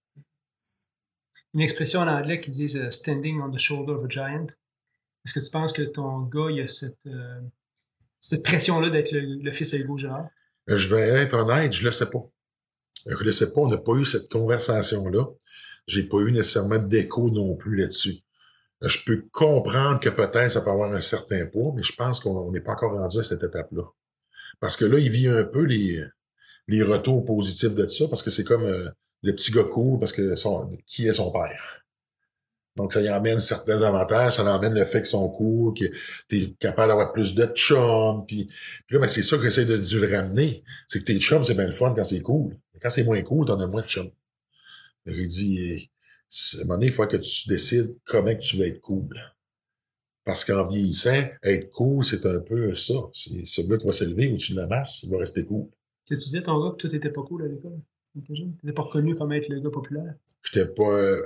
Une expression en anglais qui dit uh, « standing on the shoulder of a giant ». Est-ce que tu penses que ton gars, il a cette, euh, cette pression-là d'être le, le fils à Hugo Girard? Je vais être honnête, je le sais pas. Je le sais pas, on n'a pas eu cette conversation-là. J'ai pas eu nécessairement d'écho non plus là-dessus. Je peux comprendre que peut-être ça peut avoir un certain poids, mais je pense qu'on n'est pas encore rendu à cette étape-là. Parce que là, il vit un peu les, les retours positifs de ça, parce que c'est comme euh, le petit gars cool, parce que son, qui est son père? Donc, ça y emmène certains avantages, ça emmène le fait qu'ils sont cool, que t'es capable d'avoir plus de chums, puis, puis là, ben, c'est ça que j'essaie de, de le ramener. C'est que tes chums, c'est bien le fun quand c'est cool. Mais quand c'est moins cool, t'en as moins de chums. Il dit, à un moment donné, il faut que tu décides comment que tu veux être cool. Parce qu'en vieillissant, être cool, c'est un peu ça. C'est ce gars qui va s'élever au-dessus de la masse, il va rester cool. Tu disais ton gars que toi, t'étais pas cool à l'école? T'étais pas reconnu comme être le gars populaire? J'étais pas... Euh,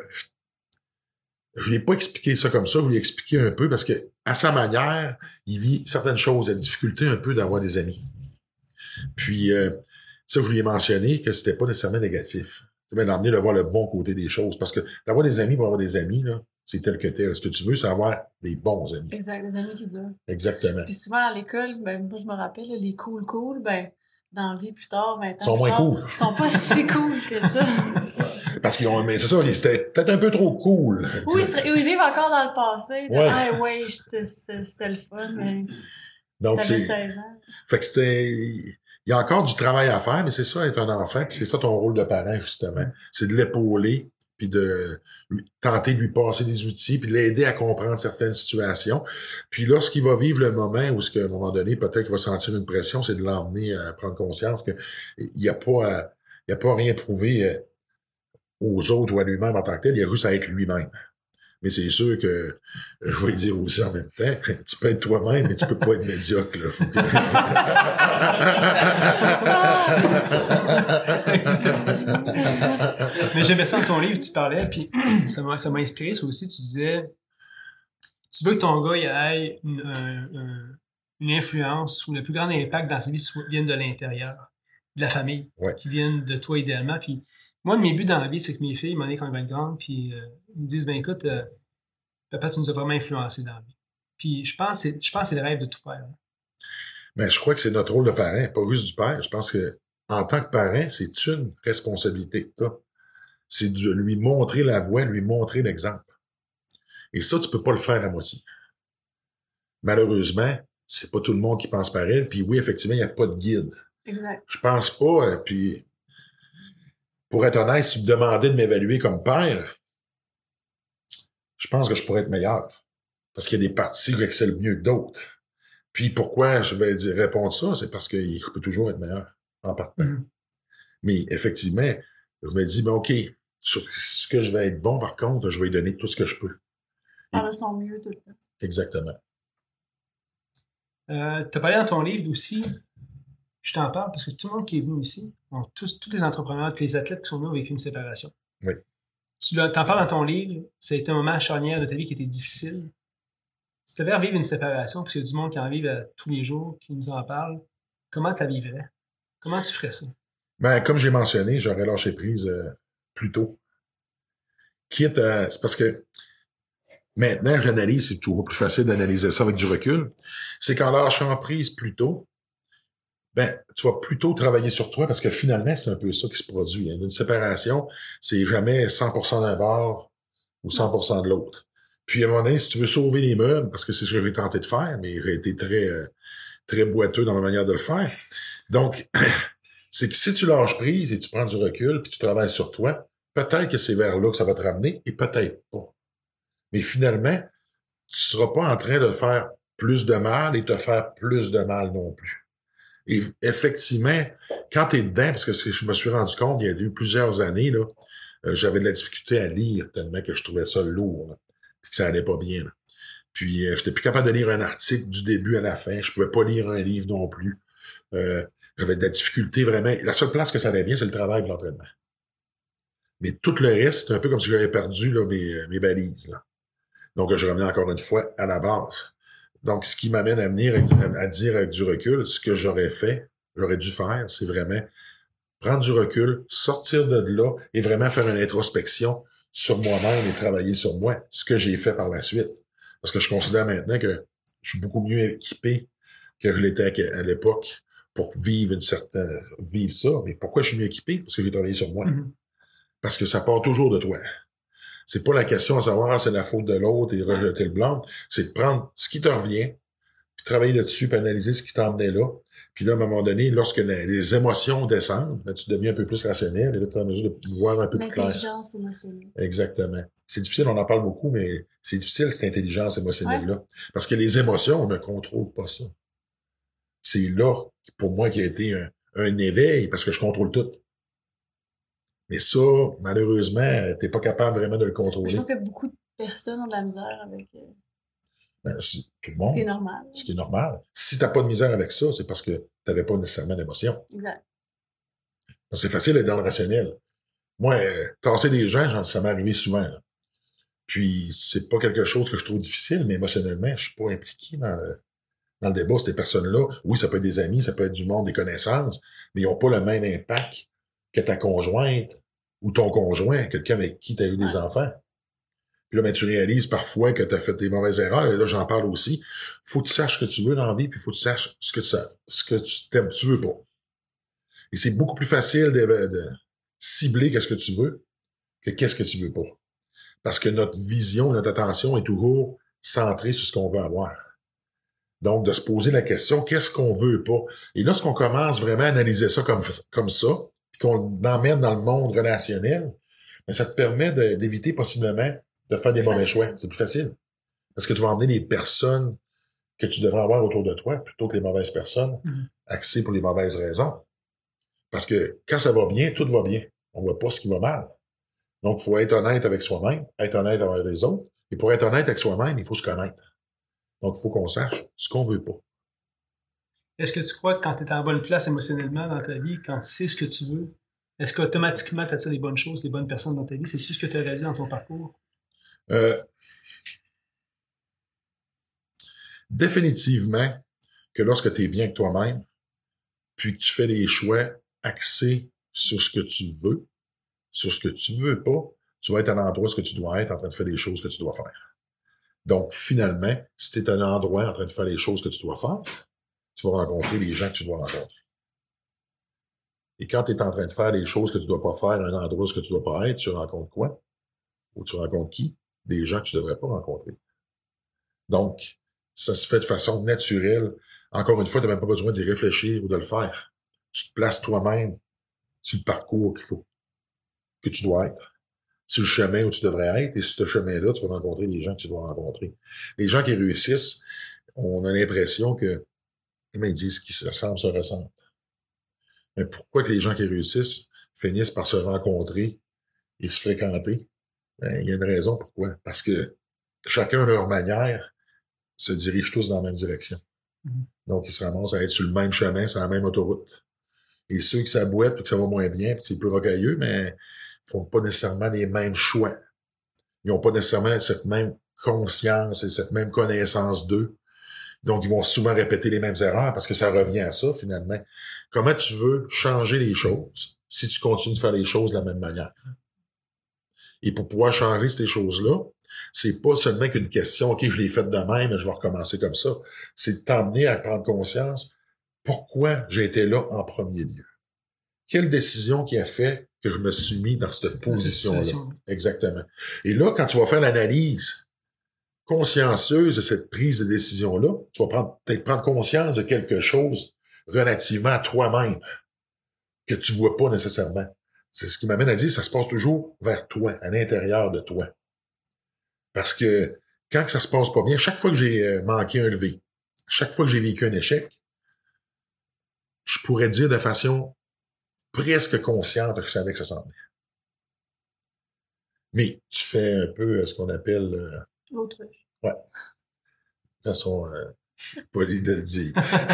je lui ai pas expliqué ça comme ça, je lui ai expliqué un peu parce que, à sa manière, il vit certaines choses, il a la difficulté un peu d'avoir des amis. Puis, euh, ça, je lui ai mentionné que c'était pas nécessairement négatif. C'est bien d'emmener de voir le bon côté des choses. Parce que d'avoir des amis pour avoir des amis, là, c'est tel que tel. Ce que tu veux, c'est avoir des bons amis. Exact, des amis qui durent. Exactement. Puis souvent, à l'école, ben, moi, je me rappelle, là, les cool cool, ben, dans la vie plus tard, vingt ans Ils sont moins tard, cool. Ils sont pas si cool que ça. Parce qu'ils ont, mais c'est ça, c'était peut-être un peu trop cool. Oui, ils vivent encore dans le passé. De, ouais. Ah, ouais, c'était le fun, mais. Donc, t'avais c'est. seize ans. Fait que c'était. Il y a encore du travail à faire, mais c'est ça, être un enfant, puis c'est ça ton rôle de parent, justement. C'est de l'épauler, puis de lui, tenter de lui passer des outils, puis de l'aider à comprendre certaines situations. Puis lorsqu'il va vivre le moment où, à un moment donné, peut-être qu'il va sentir une pression, c'est de l'emmener à prendre conscience qu'il n'y a pas à, il y a pas à rien prouver aux autres ou à lui-même en tant que tel, il y a juste à être lui-même. Mais c'est sûr que, je vais dire aussi en même temps, tu peux être toi-même, mais tu peux pas être médiocre, là. Faut que... Mais j'aimais ça dans ton livre, tu parlais, puis ça m'a, ça m'a inspiré, ça aussi, tu disais, tu veux que ton gars il ait une, une, une influence ou le plus grand impact dans sa vie vienne de l'intérieur, de la famille, ouais. qui vienne de toi idéalement, puis moi, de mes buts dans la vie, c'est que mes filles, m'en quand elles vont être grandes, puis euh, ils me disent, ben écoute, euh, papa, tu nous as vraiment influencés dans la vie. Puis je pense, c'est, je pense que c'est le rêve de tout père. Hein. Mais je crois que c'est notre rôle de parent, pas juste du père. Je pense que en tant que parent, c'est une responsabilité que t'as. C'est de lui montrer la voie, lui montrer l'exemple. Et ça, tu peux pas le faire à moitié. Malheureusement, c'est pas tout le monde qui pense pareil. Puis oui, effectivement, il n'y a pas de guide. Exact. Je pense pas, euh, puis... Pour être honnête, si vous me demandez de m'évaluer comme père, je pense que je pourrais être meilleur. Parce qu'il y a des parties qui excellent mieux que d'autres. Puis pourquoi je vais dire répondre ça, c'est parce qu'il peut toujours être meilleur en partant. Mm. Mais effectivement, je me dis, ben OK, sur ce que je vais être bon, par contre, je vais lui donner tout ce que je peux. Par le son mieux tout le temps. Exactement. Euh, tu as parlé dans ton livre aussi, je t'en parle parce que tout le monde qui est venu ici, bon, tous, tous les entrepreneurs, tous les athlètes qui sont venus ont vécu une séparation. Oui. Tu t'en parles dans ton livre, ça a été un moment charnière de ta vie qui était difficile. Si tu avais à vivre une séparation, parce qu'il y a du monde qui en vit tous les jours, qui nous en parle, comment tu la vivrais? Comment tu ferais ça? Ben, comme j'ai mentionné, j'aurais lâché prise euh, plus tôt. Quitte à... C'est parce que maintenant, j'analyse, c'est toujours plus facile d'analyser ça avec du recul. C'est qu'en lâchant prise plus tôt, ben, tu vas plutôt travailler sur toi parce que finalement, c'est un peu ça qui se produit. Hein. Une séparation, c'est jamais cent pour cent d'un bord ou cent pour cent de l'autre. Puis à un moment donné, si tu veux sauver les meubles, parce que c'est ce que j'ai tenté de faire, mais j'ai été très, euh, très boiteux dans ma manière de le faire. Donc, c'est que si tu lâches prise et tu prends du recul puis tu travailles sur toi, peut-être que c'est vers là que ça va te ramener et peut-être pas. Mais finalement, tu seras pas en train de faire plus de mal et te faire plus de mal non plus. Et effectivement, quand t'es dedans, parce que je me suis rendu compte, il y a eu plusieurs années, là, euh, j'avais de la difficulté à lire tellement que je trouvais ça lourd, là, puis que ça allait pas bien. Là. Puis euh, j'étais plus capable de lire un article du début à la fin. Je pouvais pas lire un livre non plus. Euh, j'avais de la difficulté vraiment. La seule place que ça allait bien, c'est le travail et l'entraînement. Mais tout le reste, c'est un peu comme si j'avais perdu là, mes, mes balises. Là. Donc, je reviens encore une fois à la base. Donc, ce qui m'amène à venir à, à dire avec du recul, ce que j'aurais fait, j'aurais dû faire, c'est vraiment prendre du recul, sortir de là et vraiment faire une introspection sur moi-même et travailler sur moi, ce que j'ai fait par la suite. Parce que je considère maintenant que je suis beaucoup mieux équipé que je l'étais à l'époque pour vivre une certaine, vivre ça. Mais pourquoi je suis mieux équipé? Parce que j'ai travaillé sur moi. Mm-hmm. Parce que ça part toujours de toi. C'est pas la question à savoir, ah, c'est la faute de l'autre et rejeter le blanc. C'est de prendre ce qui te revient, puis travailler là-dessus, puis analyser ce qui t'emmenait là. Puis là, à un moment donné, lorsque les, les émotions descendent, là, tu deviens un peu plus rationnel et là, tu es en mesure de voir un peu plus clair. L'intelligence émotionnelle. Exactement. C'est difficile, on en parle beaucoup, mais c'est difficile, cette intelligence émotionnelle-là. Ouais. Parce que les émotions, on ne contrôle pas ça. C'est là, pour moi, qui a été un, un éveil, parce que je contrôle tout. Mais ça, malheureusement, t'es pas capable vraiment de le contrôler. Je pense que beaucoup de personnes ont de la misère avec... Euh... Ben, tout le monde. Ce qui est normal. Ce qui est normal. Si t'as pas de misère avec ça, c'est parce que t'avais pas nécessairement d'émotion. Exact. Parce que c'est facile d'être dans le rationnel. Moi, euh, tasser des gens, ça m'est arrivé souvent. Là. Puis, c'est pas quelque chose que je trouve difficile, mais émotionnellement, je suis pas impliqué dans le, dans le débat. Ces personnes-là, oui, ça peut être des amis, ça peut être du monde, des connaissances, mais ils ont pas le même impact que ta conjointe ou ton conjoint, quelqu'un avec qui tu as eu des enfants. Puis là, ben, tu réalises parfois que tu as fait des mauvaises erreurs, et là, j'en parle aussi. Faut que tu saches ce que tu veux dans la vie, puis faut que tu saches ce que tu sais, ce que tu t'aimes, tu veux pas. Et c'est beaucoup plus facile de, de cibler qu'est-ce que tu veux que qu'est-ce que tu veux pas. Parce que notre vision, notre attention est toujours centrée sur ce qu'on veut avoir. Donc, de se poser la question, qu'est-ce qu'on veut pas? Et lorsqu'on commence vraiment à analyser ça comme, comme ça, puis qu'on emmène dans le monde relationnel, bien, ça te permet de, d'éviter possiblement de faire des mauvais choix. C'est plus facile. Parce que tu vas emmener les personnes que tu devrais avoir autour de toi, plutôt que les mauvaises personnes, mm-hmm. axées pour les mauvaises raisons. Parce que quand ça va bien, tout va bien. On voit pas ce qui va mal. Donc, il faut être honnête avec soi-même, être honnête avec les autres. Et pour être honnête avec soi-même, il faut se connaître. Donc, il faut qu'on sache ce qu'on veut pas. Est-ce que tu crois que quand tu es en bonne place émotionnellement dans ta vie, quand tu sais ce que tu veux, est-ce qu'automatiquement tu attires des bonnes choses, des bonnes personnes dans ta vie? C'est-tu ce que tu as réalisé dans ton parcours? Euh, définitivement que lorsque tu es bien avec toi-même, puis que tu fais des choix axés sur ce que tu veux, sur ce que tu veux pas, tu vas être à l'endroit où tu dois être en train de faire les choses que tu dois faire. Donc, finalement, si tu es à un endroit en train de faire les choses que tu dois faire, tu vas rencontrer les gens que tu dois rencontrer. Et quand tu es en train de faire les choses que tu dois pas faire à un endroit où tu dois pas être, tu rencontres quoi? Ou tu rencontres qui? Des gens que tu devrais pas rencontrer. Donc, ça se fait de façon naturelle. Encore une fois, tu n'as même pas besoin d'y réfléchir ou de le faire. Tu te places toi-même sur le parcours qu'il faut, que tu dois être. Sur le chemin où tu devrais être, et sur ce chemin-là, tu vas rencontrer les gens que tu dois rencontrer. Les gens qui réussissent, on a l'impression que, mais ils disent qu'ils se ressemblent, se ressemblent. Mais pourquoi que les gens qui réussissent finissent par se rencontrer et se fréquenter? Ben, il y a une raison pourquoi. Parce que chacun à leur manière se dirige tous dans la même direction. Mm-hmm. Donc, ils se ramassent à être sur le même chemin, sur la même autoroute. Et ceux qui s'abouettent, puis que ça va moins bien, puis que c'est plus rocailleux, mais font pas nécessairement les mêmes choix. Ils n'ont pas nécessairement cette même conscience et cette même connaissance d'eux. Donc, ils vont souvent répéter les mêmes erreurs parce que ça revient à ça, finalement. Comment tu veux changer les choses si tu continues de faire les choses de la même manière? Et pour pouvoir changer ces choses-là, c'est pas seulement qu'une question, OK, je l'ai faite de même, je vais recommencer comme ça. C'est de t'emmener à prendre conscience pourquoi j'ai été là en premier lieu. Quelle décision qui a fait que je me suis mis dans cette position-là? Exactement. Et là, quand tu vas faire l'analyse consciencieuse de cette prise de décision-là, tu vas prendre, peut-être prendre conscience de quelque chose relativement à toi-même que tu vois pas nécessairement. C'est ce qui m'amène à dire, ça se passe toujours vers toi, à l'intérieur de toi. Parce que quand que ça se passe pas bien, chaque fois que j'ai manqué un lever, chaque fois que j'ai vécu un échec, je pourrais dire de façon presque consciente que je savais que ça s'en venait. Mais tu fais un peu ce qu'on appelle... Euh, L'autruche. Ouais. De façon euh, polie de le dire.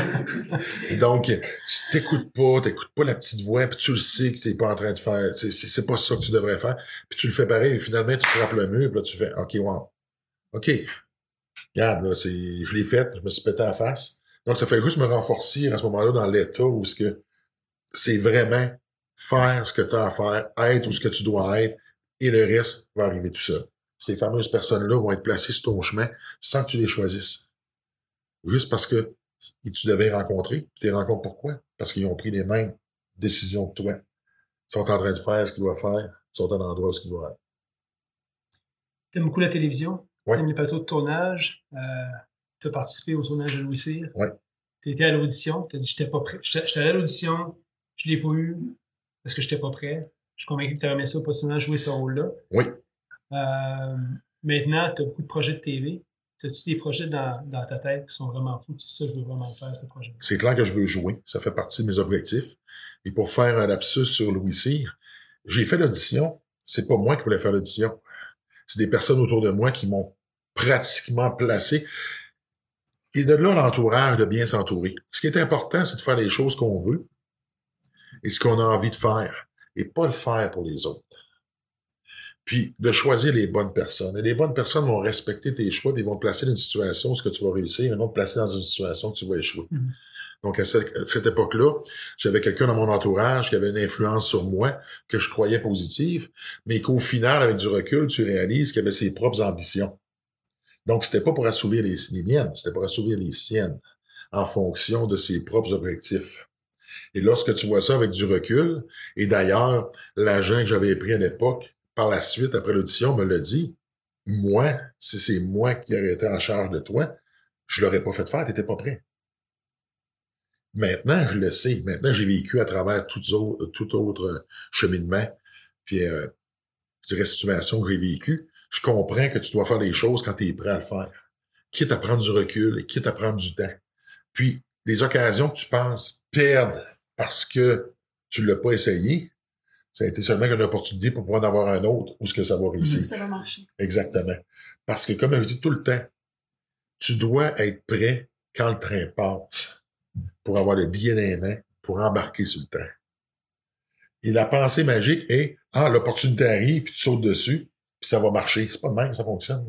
Donc, tu t'écoutes pas, t'écoutes pas la petite voix, puis tu le sais que t'es pas en train de faire... C'est, c'est pas ça que tu devrais faire. Puis tu le fais pareil, et finalement, tu frappes le mur, puis là, tu fais « OK, wow. OK. Regarde, là, c'est, je l'ai fait, je me suis pété à la face. » Donc, ça fait juste me renforcer à ce moment-là dans l'état où ce que c'est vraiment faire ce que tu as à faire, être où ce que tu dois être, et le reste va arriver tout seul. Ces fameuses personnes-là vont être placées sur ton chemin sans que tu les choisisses. Juste parce que tu devais les rencontrer. Puis tu les rencontres pourquoi? Parce qu'ils ont pris les mêmes décisions que toi. Ils sont en train de faire ce qu'ils doivent faire. Ils sont à l'endroit où ils doivent être. T'aimes beaucoup la télévision? Ouais. T'aimes les plateaux de tournage? Euh, t'as participé au tournage de Louis Cyr? Ouais. T'as été à l'audition? T'as dit j'étais pas prêt. J'étais, j'étais allé à l'audition, je l'ai pas eu parce que j'étais pas prêt. Je suis convaincu que tu aimé ça, possiblement jouer ce rôle-là. Oui. Euh, maintenant, tu as beaucoup de projets de T V. As-tu des projets dans, dans ta tête qui sont vraiment fous? Tu sais ça, je veux vraiment le faire, ce projet. C'est clair que je veux jouer. Ça fait partie de mes objectifs. Et pour faire un lapsus sur Louis Cyr, j'ai fait l'audition. C'est pas moi qui voulais faire l'audition. C'est des personnes autour de moi qui m'ont pratiquement placé. Et de là, l'entourage, de bien s'entourer. Ce qui est important, c'est de faire les choses qu'on veut et ce qu'on a envie de faire. Et pas le faire pour les autres. Puis, de choisir les bonnes personnes. Et les bonnes personnes vont respecter tes choix, puis ils vont te placer dans une situation où ce que tu vas réussir, et non te placer dans une situation où tu vas échouer. Mm-hmm. Donc, à cette, à cette époque-là, j'avais quelqu'un dans mon entourage qui avait une influence sur moi, que je croyais positive, mais qu'au final, avec du recul, tu réalises qu'il avait ses propres ambitions. Donc, c'était pas pour assouvir les, les miennes, c'était pour assouvir les siennes, en fonction de ses propres objectifs. Et lorsque tu vois ça avec du recul, et d'ailleurs, l'agent que j'avais pris à l'époque, par la suite, après l'audition, me l'a dit, moi, si c'est moi qui aurais été en charge de toi, je l'aurais pas fait faire, t'étais pas prêt. Maintenant, je le sais. Maintenant, j'ai vécu à travers tout autre, tout autre cheminement, puis euh, je dirais situation que j'ai vécu. Je comprends que tu dois faire les choses quand tu es prêt à le faire. Quitte à prendre du recul et quitte à prendre du temps. Puis, les occasions que tu penses perdre parce que tu l'as pas essayé, ça a été seulement une opportunité pour pouvoir en avoir un autre où est-ce que ça va réussir. Ça va marcher. Exactement. Parce que, comme je dis tout le temps, tu dois être prêt quand le train passe pour avoir le billet d'un an, pour embarquer sur le train. Et la pensée magique est, ah, l'opportunité arrive, puis tu sautes dessus, puis ça va marcher. C'est pas de même que ça fonctionne.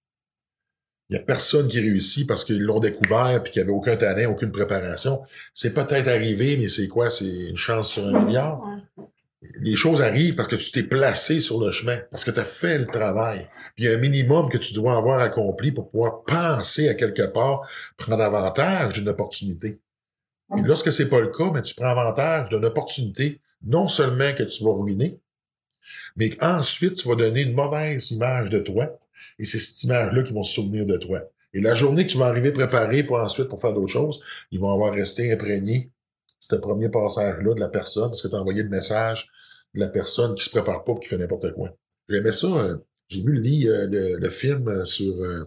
Il y a personne qui réussit parce qu'ils l'ont découvert puis qu'il n'y avait aucun talent, aucune préparation. C'est peut-être arrivé, mais c'est quoi? C'est une chance sur un milliard? Ouais. Les choses arrivent parce que tu t'es placé sur le chemin, parce que tu as fait le travail. Puis il y a un minimum que tu dois avoir accompli pour pouvoir penser à quelque part, prendre avantage d'une opportunité. Et lorsque c'est pas le cas, ben, tu prends avantage d'une opportunité, non seulement que tu vas ruiner, mais qu'ensuite tu vas donner une mauvaise image de toi. Et c'est cette image-là qui vont se souvenir de toi. Et la journée que tu vas arriver préparé pour ensuite pour faire d'autres choses, ils vont avoir resté imprégnés ce premier passage-là de la personne, parce que tu as envoyé le message de la personne qui se prépare pas et qui fait n'importe quoi. J'aimais ça. Euh, j'ai vu le, lit, euh, le, le film sur euh,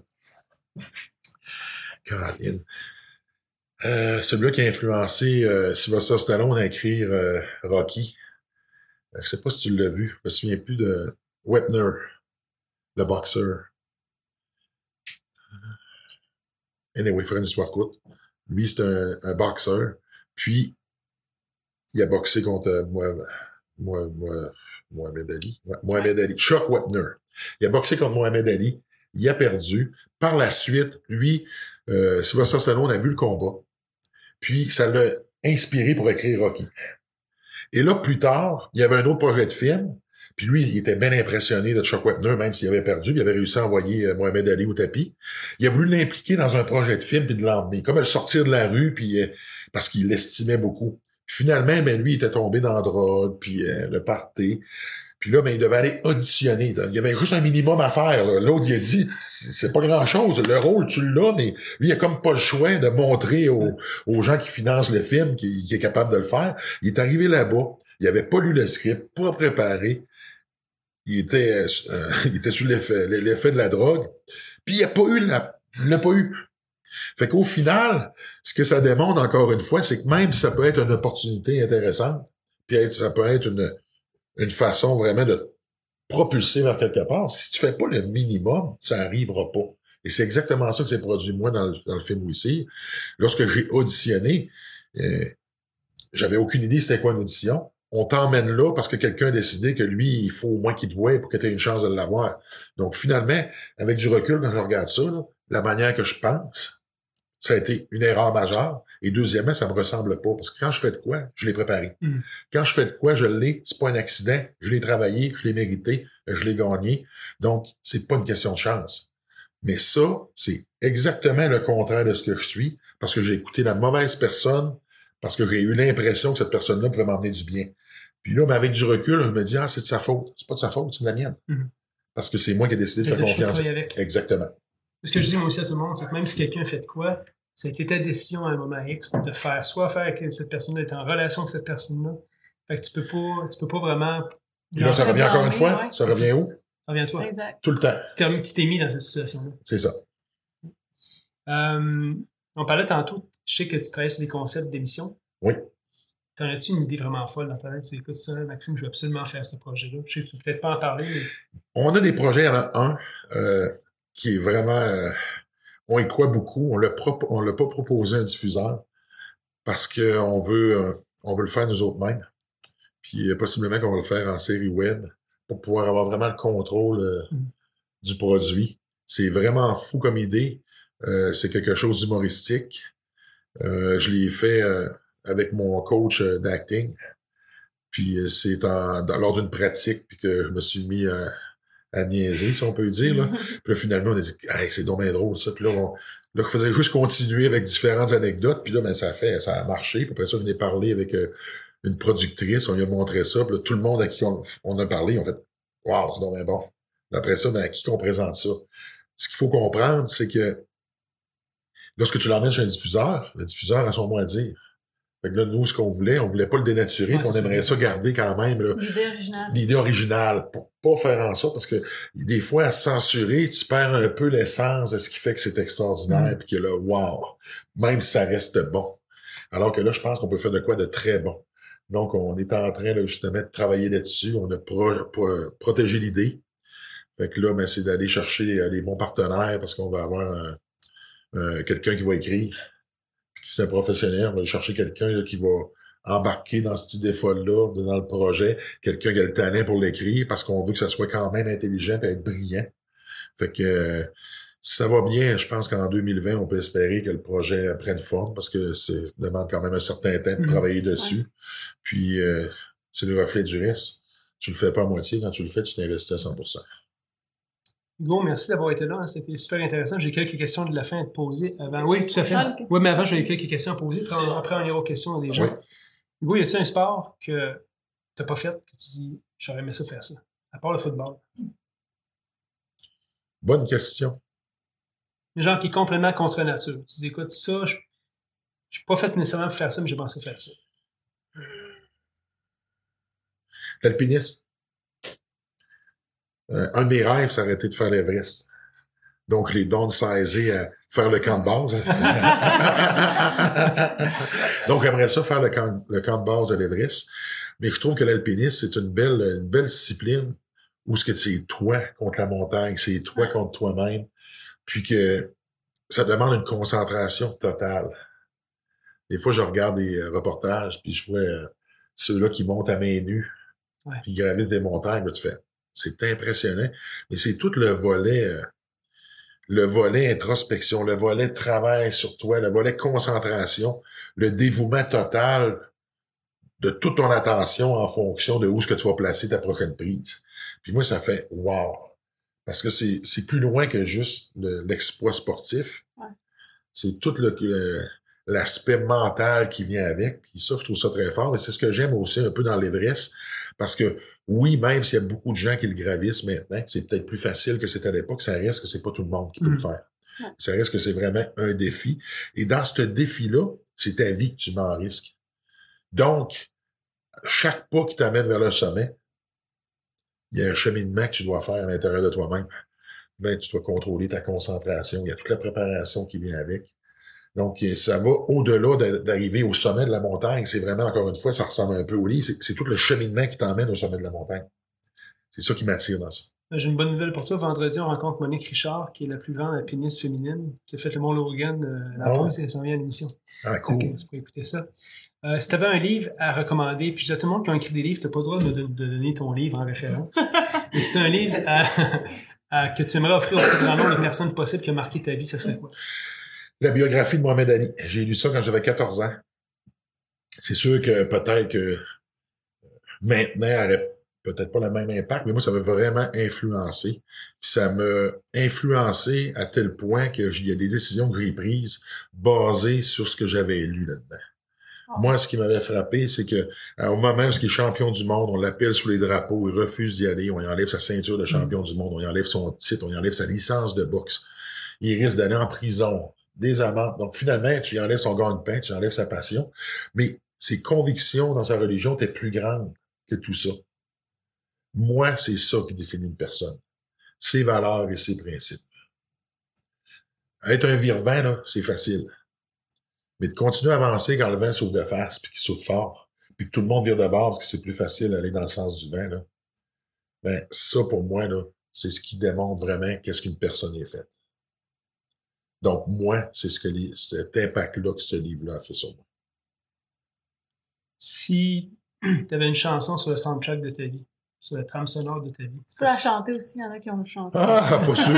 Caroline. Euh, celui-là qui a influencé euh, Sylvester Stallone à écrire euh, Rocky. Euh, je sais pas si tu l'as vu. Je me souviens plus de Wepner, le boxeur. Anyway, il ferait une histoire courte. Lui, c'est un, un boxeur. Puis, il a boxé contre moi, moi, moi, Mohamed Ali. Ouais, Mohamed Ali. Chuck Wepner. Il a boxé contre Mohamed Ali. Il a perdu. Par la suite, lui, euh, Sylvester Stallone a vu le combat. Puis, ça l'a inspiré pour écrire Rocky. Et là, plus tard, il y avait un autre projet de film. Puis lui, il était bien impressionné de Chuck Wepner, même s'il avait perdu. Il avait réussi à envoyer euh, Mohamed Ali au tapis. Il a voulu l'impliquer dans un projet de film puis de l'emmener. Comme le sortir de la rue, puis euh, parce qu'il l'estimait beaucoup. Finalement, ben lui, il était tombé dans la drogue, puis euh, le party. Puis là, ben il devait aller auditionner. Il y avait juste un minimum à faire. Là. L'autre, il a dit, c'est pas grand-chose. Le rôle, tu l'as, mais lui, il a comme pas le choix de montrer aux, aux gens qui financent le film qu'il, qu'il est capable de le faire. Il est arrivé là-bas. Il avait pas lu le script, pas préparé. Il était, euh, il était sous l'effet, l'effet de la drogue. Puis il a pas eu la, il l'a pas eu. Fait qu'au final, ce que ça démontre encore une fois, c'est que même si ça peut être une opportunité intéressante, puis être, ça peut être une, une façon vraiment de propulser vers quelque part, si tu fais pas le minimum, ça arrivera pas. Et c'est exactement ça que s'est produit, moi, dans le, dans le film ici. Lorsque j'ai auditionné, euh, j'avais aucune idée c'était quoi une audition. On t'emmène là parce que quelqu'un a décidé que lui, il faut au moins qu'il te voie pour que tu aies une chance de l'avoir. Donc, finalement, avec du recul, quand je regarde ça, là, la manière que je pense, ça a été une erreur majeure. Et deuxièmement, ça me ressemble pas. Parce que quand je fais de quoi, je l'ai préparé. Mm. Quand je fais de quoi, je l'ai. C'est pas un accident. Je l'ai travaillé, je l'ai mérité, je l'ai gagné. Donc, c'est pas une question de chance. Mais ça, c'est exactement le contraire de ce que je suis, parce que j'ai écouté la mauvaise personne, parce que j'ai eu l'impression que cette personne-là pouvait m'emmener du bien. Puis là, ben avec du recul, je me dis, ah, c'est de sa faute. C'est pas de sa faute, c'est de la mienne. Mm-hmm. Parce que c'est moi qui ai décidé de faire confiance. Avec. Exactement. Ce que je dis moi aussi à tout le monde, c'est que même si quelqu'un fait de quoi, ça a été ta décision à un moment X de faire, soit faire avec cette personne-là, d'être en relation avec cette personne-là. Fait que tu peux pas, tu peux pas vraiment... Et là, ça revient encore une fois, ouais. Ça revient où? Ça revient à toi. Exact. Tout le temps. Tu t'es mis dans cette situation-là. C'est ça. Euh, on parlait tantôt, je sais que tu travailles sur des concepts d'émission. Oui. T'en as-tu une idée vraiment folle dans ta tête? Tu dis, écoute ça, Maxime, je veux absolument faire ce projet-là. Je sais que tu peux peut-être pas en parler, mais... On a des projets, il y en a un euh, qui est vraiment... Euh, on y croit beaucoup. On l'a pro- on l'a pas proposé à un diffuseur parce qu'on veut, euh, on veut le faire nous autres-mêmes. Puis euh, possiblement qu'on va le faire en série web pour pouvoir avoir vraiment le contrôle euh, mm. du produit. C'est vraiment fou comme idée. Euh, c'est quelque chose d'humoristique. Euh, je l'ai fait euh, avec mon coach euh, d'acting. Puis euh, c'est en, dans, lors d'une pratique puis que je me suis mis à, à niaiser, si on peut dire. Là. Puis là, finalement, on a dit hey, c'est donc bien drôle ça. Puis là, on, là, je faisais juste continuer avec différentes anecdotes. Puis là, ben, ça a fait, ça a marché. Puis après ça, on est parlé avec euh, une productrice, on lui a montré ça. Puis là, tout le monde à qui on, on a parlé, on fait wow, c'est donc bien bon. Après ça, ben, à qui qu'on présente ça? Ce qu'il faut comprendre, c'est que lorsque tu l'emmènes chez un diffuseur, le diffuseur a son mot à dire. Fait que là, nous, ce qu'on voulait, on voulait pas le dénaturer, ouais, on aimerait ça garder quand même là, l'idée originale. L'idée originale, pour pas faire en sorte, parce que des fois, à censurer, tu perds un peu l'essence de ce qui fait que c'est extraordinaire, mmh. puis que là, wow, même si ça reste bon. Alors que là, je pense qu'on peut faire de quoi de très bon. Donc, on est en train là, justement de travailler là-dessus, on a pro- pro- protégé l'idée. Fait que là, ben, c'est d'aller chercher euh, les bons partenaires, parce qu'on va avoir un, un, quelqu'un qui va écrire. Puis si c'est un professionnel, on va aller chercher quelqu'un là, qui va embarquer dans ce petit défaut-là, dans le projet, quelqu'un qui a le talent pour l'écrire, parce qu'on veut que ça soit quand même intelligent et être brillant. Fait que euh, si ça va bien, je pense qu'en deux mille vingt, on peut espérer que le projet prenne forme, parce que ça demande quand même un certain temps de mmh. travailler dessus. Ouais. Puis euh, c'est le reflet du reste. Tu le fais pas à moitié, quand tu le fais, tu t'investis à cent pour cent. Hugo, merci d'avoir été là. Hein. C'était super intéressant. J'ai quelques questions de la fin à te poser. Avant. Oui, tout à fait. Oui, mais avant, j'avais quelques questions à poser. Puis on, après, on ira aux questions des gens. Oui. Hugo, y a-t-il un sport que tu n'as pas fait, que tu dis, j'aurais aimé ça faire ça, à part le football? Bonne question. Les gens qui est complètement contre nature. Tu dis, écoute, ça, je n'ai pas fait nécessairement pour faire ça, mais j'ai pensé faire ça. L'alpinisme. Euh, un de mes rêves, ça aurait été de faire l'Everest. Donc, les downsizer à faire le camp de base. Donc, j'aimerais ça faire le camp, le camp de base de l'Everest. Mais je trouve que l'alpinisme, c'est une belle, une belle discipline où ce que c'est toi contre la montagne, c'est toi contre toi-même. Puis que ça demande une concentration totale. Des fois, je regarde des reportages, puis je vois euh, ceux-là qui montent à main nue, ouais. puis qui gravissent des montagnes, là, tu fais. C'est impressionnant, mais c'est tout le volet, euh, le volet introspection, le volet travail sur toi, le volet concentration, le dévouement total de toute ton attention en fonction de où est-ce que tu vas placer ta prochaine prise. Puis moi, ça fait wow! Parce que c'est, c'est plus loin que juste le, l'exploit sportif. Ouais. C'est tout le, le, l'aspect mental qui vient avec. Puis ça, je trouve ça très fort. Et c'est ce que j'aime aussi un peu dans l'Everest, parce que oui, même s'il y a beaucoup de gens qui le gravissent maintenant, c'est peut-être plus facile que c'était à l'époque, ça reste que c'est pas tout le monde qui peut mmh. le faire. Ouais. Ça reste que c'est vraiment un défi. Et dans ce défi-là, c'est ta vie que tu mets en risque. Donc, chaque pas qui t'amène vers le sommet, il y a un cheminement que tu dois faire à l'intérieur de toi-même. Ben, tu dois contrôler ta concentration. Il y a toute la préparation qui vient avec. Donc, ça va au-delà de, d'arriver au sommet de la montagne. C'est vraiment, encore une fois, ça ressemble un peu au livre. C'est, c'est tout le cheminement qui t'emmène au sommet de la montagne. C'est ça qui m'attire dans ça. J'ai une bonne nouvelle pour toi. Vendredi, on rencontre Monique Richard, qui est la plus grande alpiniste féminine, qui a fait le Mont Logan euh, l'an Ah passé. Elle s'en vient à l'émission. Ah, cool. Donc, tu peux écouter ça. Euh, si tu avais un livre à recommander, puis je dis à tout le monde qui a écrit des livres, tu n'as pas le droit de, de, de donner ton livre en référence. Mais si tu as un livre à, à, que tu aimerais offrir au plus grand nombre de personnes possibles qui a marqué ta vie, ça serait quoi? La biographie de Mohamed Ali. J'ai lu ça quand j'avais quatorze ans. C'est sûr que peut-être que maintenant, elle aurait peut-être pas le même impact, mais moi, ça m'a vraiment influencé. Puis ça m'a influencé à tel point que il y a des décisions que j'ai prises basées sur ce que j'avais lu là-dedans. Oh. Moi, ce qui m'avait frappé, c'est que au moment où il est champion du monde, on l'appelle sous les drapeaux, il refuse d'y aller, on lui enlève sa ceinture de champion mmh. du monde, on lui enlève son titre, on lui enlève sa licence de boxe. Il risque d'aller en prison, des amendes. Donc finalement, tu lui enlèves son gagne-pain, tu lui enlèves sa passion, mais ses convictions dans sa religion étaient plus grandes que tout ça. Moi, c'est ça qui définit une personne. Ses valeurs et ses principes. Être un vire-vent, là, c'est facile. Mais de continuer à avancer quand le vent souffle de face, puis qu'il souffle fort, puis que tout le monde vire de bord parce que c'est plus facile d'aller dans le sens du vent, là, ben, ça, pour moi, là, c'est ce qui démontre vraiment qu'est-ce qu'une personne est faite. Donc, moi, c'est ce que les, cet impact-là que ce livre-là a fait sur moi. Si tu avais une chanson sur le soundtrack de ta vie, sur la trame sonore de ta vie. Tu peux la chanter aussi, il y en a qui ont chanté. Ah, pas sûr.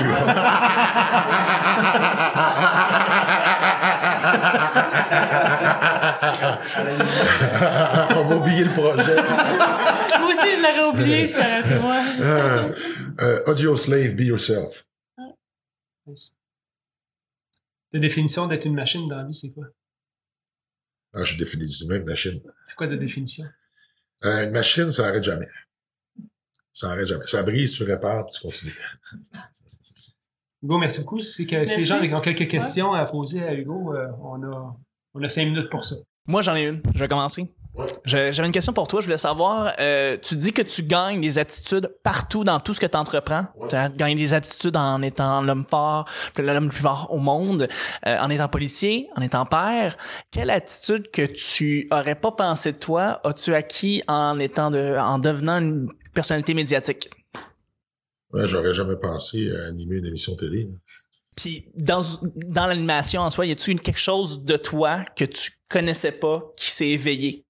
On va oublier le projet. Moi aussi, je l'aurais oublié, ça, toi. Euh, euh, Audio Slave, Be Yourself. Ah. Nice. La définition d'être une machine dans la vie, c'est quoi? Ah, je définis du même machine. C'est quoi ta définition? Euh, une machine, ça n'arrête jamais. Ça n'arrête jamais. Ça brise, tu répares, puis tu continues. Hugo, merci beaucoup. C'est que si les gens ont quelques questions ouais. à poser à Hugo, euh, on a, on a cinq minutes pour ça. Moi, j'en ai une. Je vais commencer. Ouais. Je, j'avais une question pour toi. Je voulais savoir, euh, tu dis que tu gagnes des aptitudes partout dans tout ce que tu entreprends. Ouais. Tu as gagné des aptitudes en étant l'homme fort, l'homme le plus fort au monde, euh, en étant policier, en étant père. Quelle attitude que tu aurais pas pensé de toi as-tu acquis en étant de, en devenant une personnalité médiatique? Ouais, j'aurais jamais pensé à animer une émission télé. Puis dans dans l'animation en soi, y a-tu une, quelque chose de toi que tu connaissais pas qui s'est éveillé?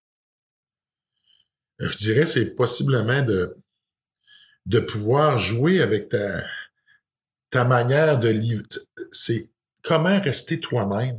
Je dirais c'est possiblement de de pouvoir jouer avec ta ta manière de livrer. C'est comment rester toi-même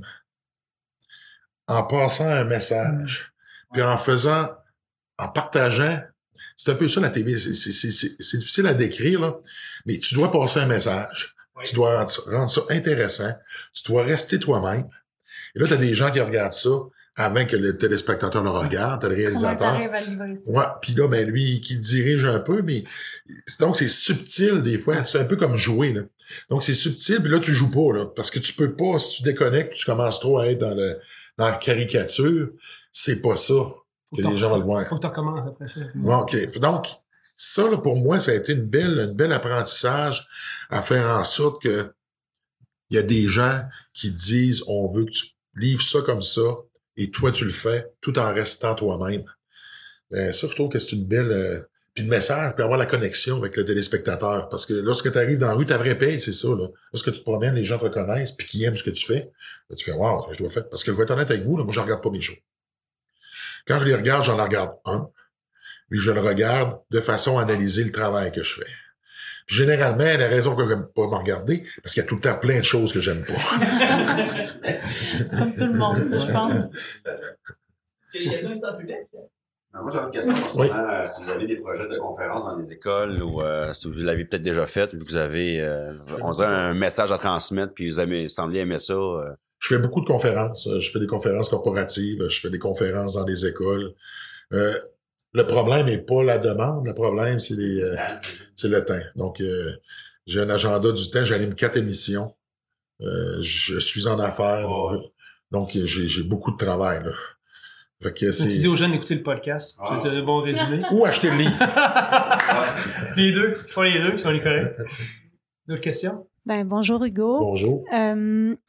en passant un message, puis en faisant, en partageant. C'est un peu ça la T V. C'est, c'est, c'est, c'est, c'est difficile à décrire, là, mais tu dois passer un message. Oui. Tu dois rendre ça intéressant. Tu dois rester toi-même. Et là, tu as des gens qui regardent ça avant que le téléspectateur le regarde, t'as le réalisateur. Comment t'arrives à livrer ça? Ouais, puis là, ben lui, qui dirige un peu, mais donc c'est subtil des fois. C'est un peu comme jouer, là. Donc c'est subtil, puis là, tu joues pas, là, parce que tu peux pas, si tu déconnectes, tu commences trop à être dans le dans la caricature, c'est pas ça que les gens vont le voir. Faut que tu recommences après ça. Ouais, OK. Donc, ça, là, pour moi, ça a été une belle, une belle apprentissage à faire en sorte que il y a des gens qui disent, on veut que tu livres ça comme ça, et toi, tu le fais, tout en restant toi-même. Ben, ça, je trouve que c'est une belle... Euh, puis le message, puis avoir la connexion avec le téléspectateur. Parce que lorsque tu arrives dans la rue, ta vraie paye, c'est ça, là. Lorsque tu te promènes, les gens te reconnaissent, puis qu'ils aiment ce que tu fais, là, tu fais « Wow, je dois faire... » Parce que je vais être honnête avec vous, là, moi, je regarde pas mes shows. Quand je les regarde, j'en regarde un, puis je le regarde de façon à analyser le travail que je fais. Puis généralement, la raison que j'aime pas me regarder, parce qu'il y a tout le temps plein de choses que j'aime pas. C'est comme tout le monde, ça, je pense. Est-ce qu'il y a des questions ici en public? Moi, j'avais une question concernant oui. euh, si vous avez des projets de conférences dans les écoles ou euh, si vous l'avez peut-être déjà fait, vu que vous avez, euh, on dirait un message à transmettre, puis vous avez semblé aimer ça. Euh. Je fais beaucoup de conférences. Je fais des conférences corporatives, je fais des conférences dans les écoles. Euh, le problème n'est pas la demande, le problème, c'est les, euh, c'est le temps. Donc, euh, j'ai un agenda du temps, j'anime quatre émissions. Euh, je suis en affaires. Oh, ouais. Donc, j'ai, j'ai beaucoup de travail, là. Fait que c'est... Tu dis aux jeunes d'écouter le podcast. Ah. C'est un bon résumé. Ou acheter le livre. Les deux, ils font les deux, puis on est correct. D'autres questions? Ben, bonjour Hugo. Bonjour. Euh,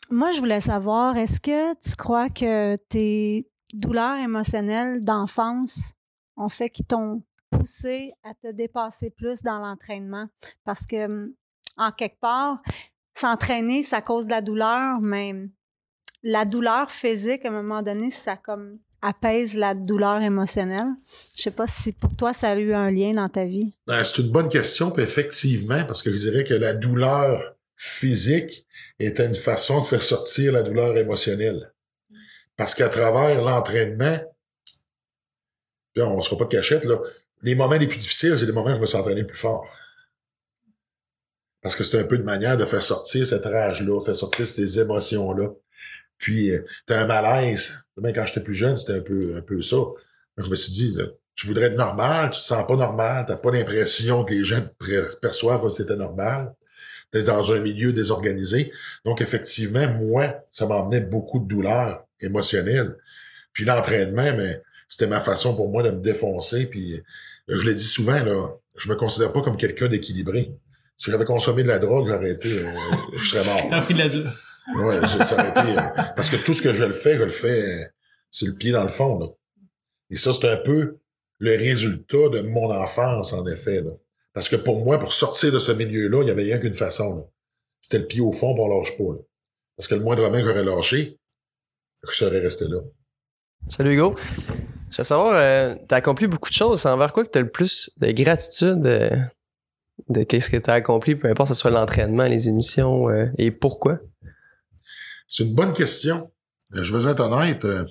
moi, je voulais savoir, est-ce que tu crois que tes douleurs émotionnelles d'enfance ont fait qu'ils t'ont poussé à te dépasser plus dans l'entraînement? Parce que, en quelque part, s'entraîner, ça cause de la douleur, mais la douleur physique, à un moment donné, ça comme apaise la douleur émotionnelle. Je sais pas si pour toi, ça a eu un lien dans ta vie. Ben, c'est une bonne question, puis effectivement, parce que je dirais que la douleur physique était une façon de faire sortir la douleur émotionnelle. Parce qu'à travers l'entraînement, puis on ne se fera pas de cachette, là, les moments les plus difficiles, c'est les moments où je me suis entraîné le plus fort. Parce que c'est un peu une manière de faire sortir cette rage-là, faire sortir ces émotions-là. Puis, euh, t'as un malaise. Même quand j'étais plus jeune, c'était un peu, un peu ça. Je me suis dit, tu voudrais être normal, tu te sens pas normal, t'as pas l'impression que les gens te perçoivent que c'était normal. T'es dans un milieu désorganisé. Donc, effectivement, moi, ça m'emmenait beaucoup de douleur émotionnelle. Puis l'entraînement, mais c'était ma façon pour moi de me défoncer. Puis, je le dis souvent, là, je me considère pas comme quelqu'un d'équilibré. Si j'avais consommé de la drogue, j'aurais été, euh, je serais mort. T'as pris de la dure. Ouais, ça aurait été, euh, parce que tout ce que je le fais, je le fais, euh, c'est le pied dans le fond, là. Et ça, c'est un peu le résultat de mon enfance, en effet, là. Parce que pour moi, pour sortir de ce milieu-là, il y avait rien qu'une façon, là. C'était le pied au fond, pour on lâche pas, là. Parce que le moindrement que j'aurais lâché, je serais resté là. Salut Hugo. Je veux savoir, euh, t'as accompli beaucoup de choses. Envers quoi que t'as le plus de gratitude euh, de qu'est-ce que t'as accompli, peu importe que ce soit l'entraînement, les émissions, euh, et pourquoi? C'est une bonne question. Euh, je vais être honnête. Euh,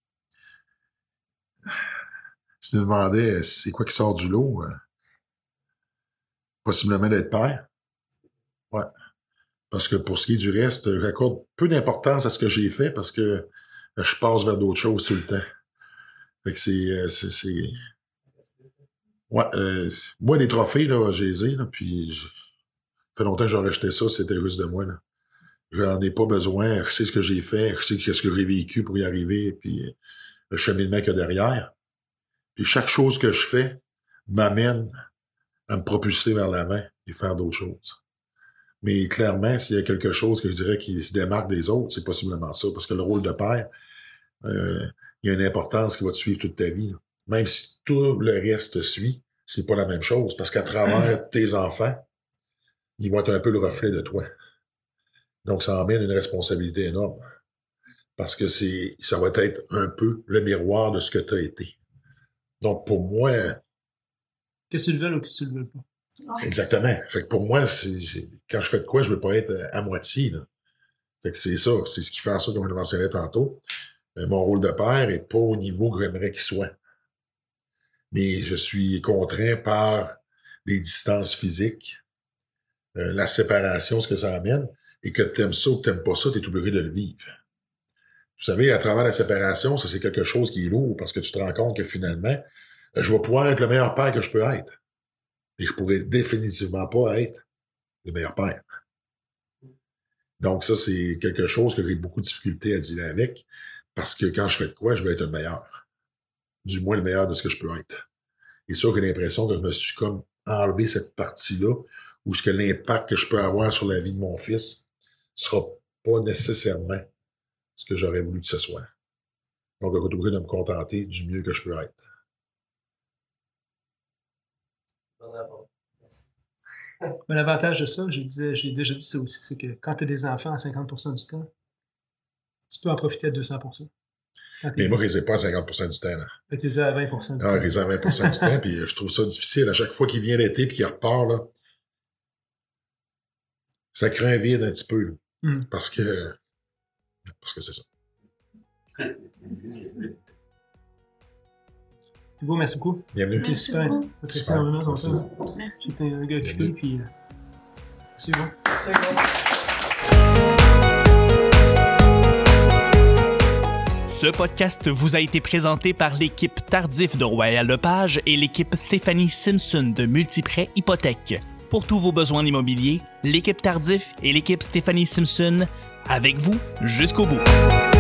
si tu me demandais euh, c'est quoi qui sort du lot, euh, possiblement d'être père. Ouais. Parce que pour ce qui est du reste, j'accorde peu d'importance à ce que j'ai fait parce que euh, je passe vers d'autres choses tout le temps. Fait que c'est... Euh, c'est, c'est... Ouais, euh, moi, les trophées, là, j'ai les ai, là, puis je... ça fait longtemps que j'aurais acheté ça, c'était juste de moi, là. J'en ai pas besoin. Je sais ce que j'ai fait. Je sais qu'est-ce que j'ai vécu pour y arriver. Puis le cheminement qu'il y a derrière. Puis chaque chose que je fais m'amène à me propulser vers l'avant et faire d'autres choses. Mais clairement, s'il y a quelque chose que je dirais qui se démarque des autres, c'est possiblement ça. Parce que le rôle de père, euh, il y a une importance qui va te suivre toute ta vie, là. Même si tout le reste te suit, c'est pas la même chose. Parce qu'à travers tes enfants, ils vont être un peu le reflet de toi. Donc, ça emmène une responsabilité énorme. Parce que c'est, ça va être un peu le miroir de ce que tu as été. Donc, pour moi... Que tu le veuilles ou que tu le veuilles pas. Ouais, exactement. Fait que pour moi, c'est, c'est, quand je fais de quoi, je veux pas être à moitié, là. Fait que c'est ça. C'est ce qui fait en sorte, comme je le mentionnais tantôt, euh, mon rôle de père est pas au niveau que j'aimerais qu'il soit. Mais je suis contraint par les distances physiques, euh, la séparation, ce que ça amène. Et que t'aimes ça ou que t'aimes pas ça, t'es obligé de le vivre. Vous savez, à travers la séparation, ça c'est quelque chose qui est lourd parce que tu te rends compte que finalement, je vais pouvoir être le meilleur père que je peux être. Et je pourrais définitivement pas être le meilleur père. Donc ça, c'est quelque chose que j'ai beaucoup de difficulté à dealer avec parce que quand je fais de quoi, je veux être le meilleur. Du moins le meilleur de ce que je peux être. Et ça, j'ai l'impression que je me suis comme enlevé cette partie-là où ce que l'impact que je peux avoir sur la vie de mon fils sera pas nécessairement ce que j'aurais voulu que ce soit. Donc, je vais être obligé de me contenter du mieux que je peux être. Mais l'avantage de ça, je disais, j'ai déjà dit ça aussi, c'est que quand tu as des enfants à cinquante pour cent du temps, tu peux en profiter à deux cents pour cent. Mais moi, je les ai pas à cinquante pour cent du temps, là. Mais tu les as à vingt pour cent du ah, temps. Ah, je les ai à vingt pour cent du temps, puis je trouve ça difficile. À chaque fois qu'il vient l'été puis qu'il repart, là, ça crée un vide un petit peu, là. Mm. Parce que, parce que c'est ça. Hugo, merci beaucoup. Bienvenue. C'était super. Merci énormément comme ça. Merci. C'était un gars occupé, puis c'est bon. C'est bon. Ce podcast vous a été présenté par l'équipe Tardif de Royal Lepage et l'équipe Stéphanie Simpson de Multiprêt Hypothèque. Pour tous vos besoins immobiliers, l'équipe Tardif et l'équipe Stéphanie Simpson, avec vous jusqu'au bout.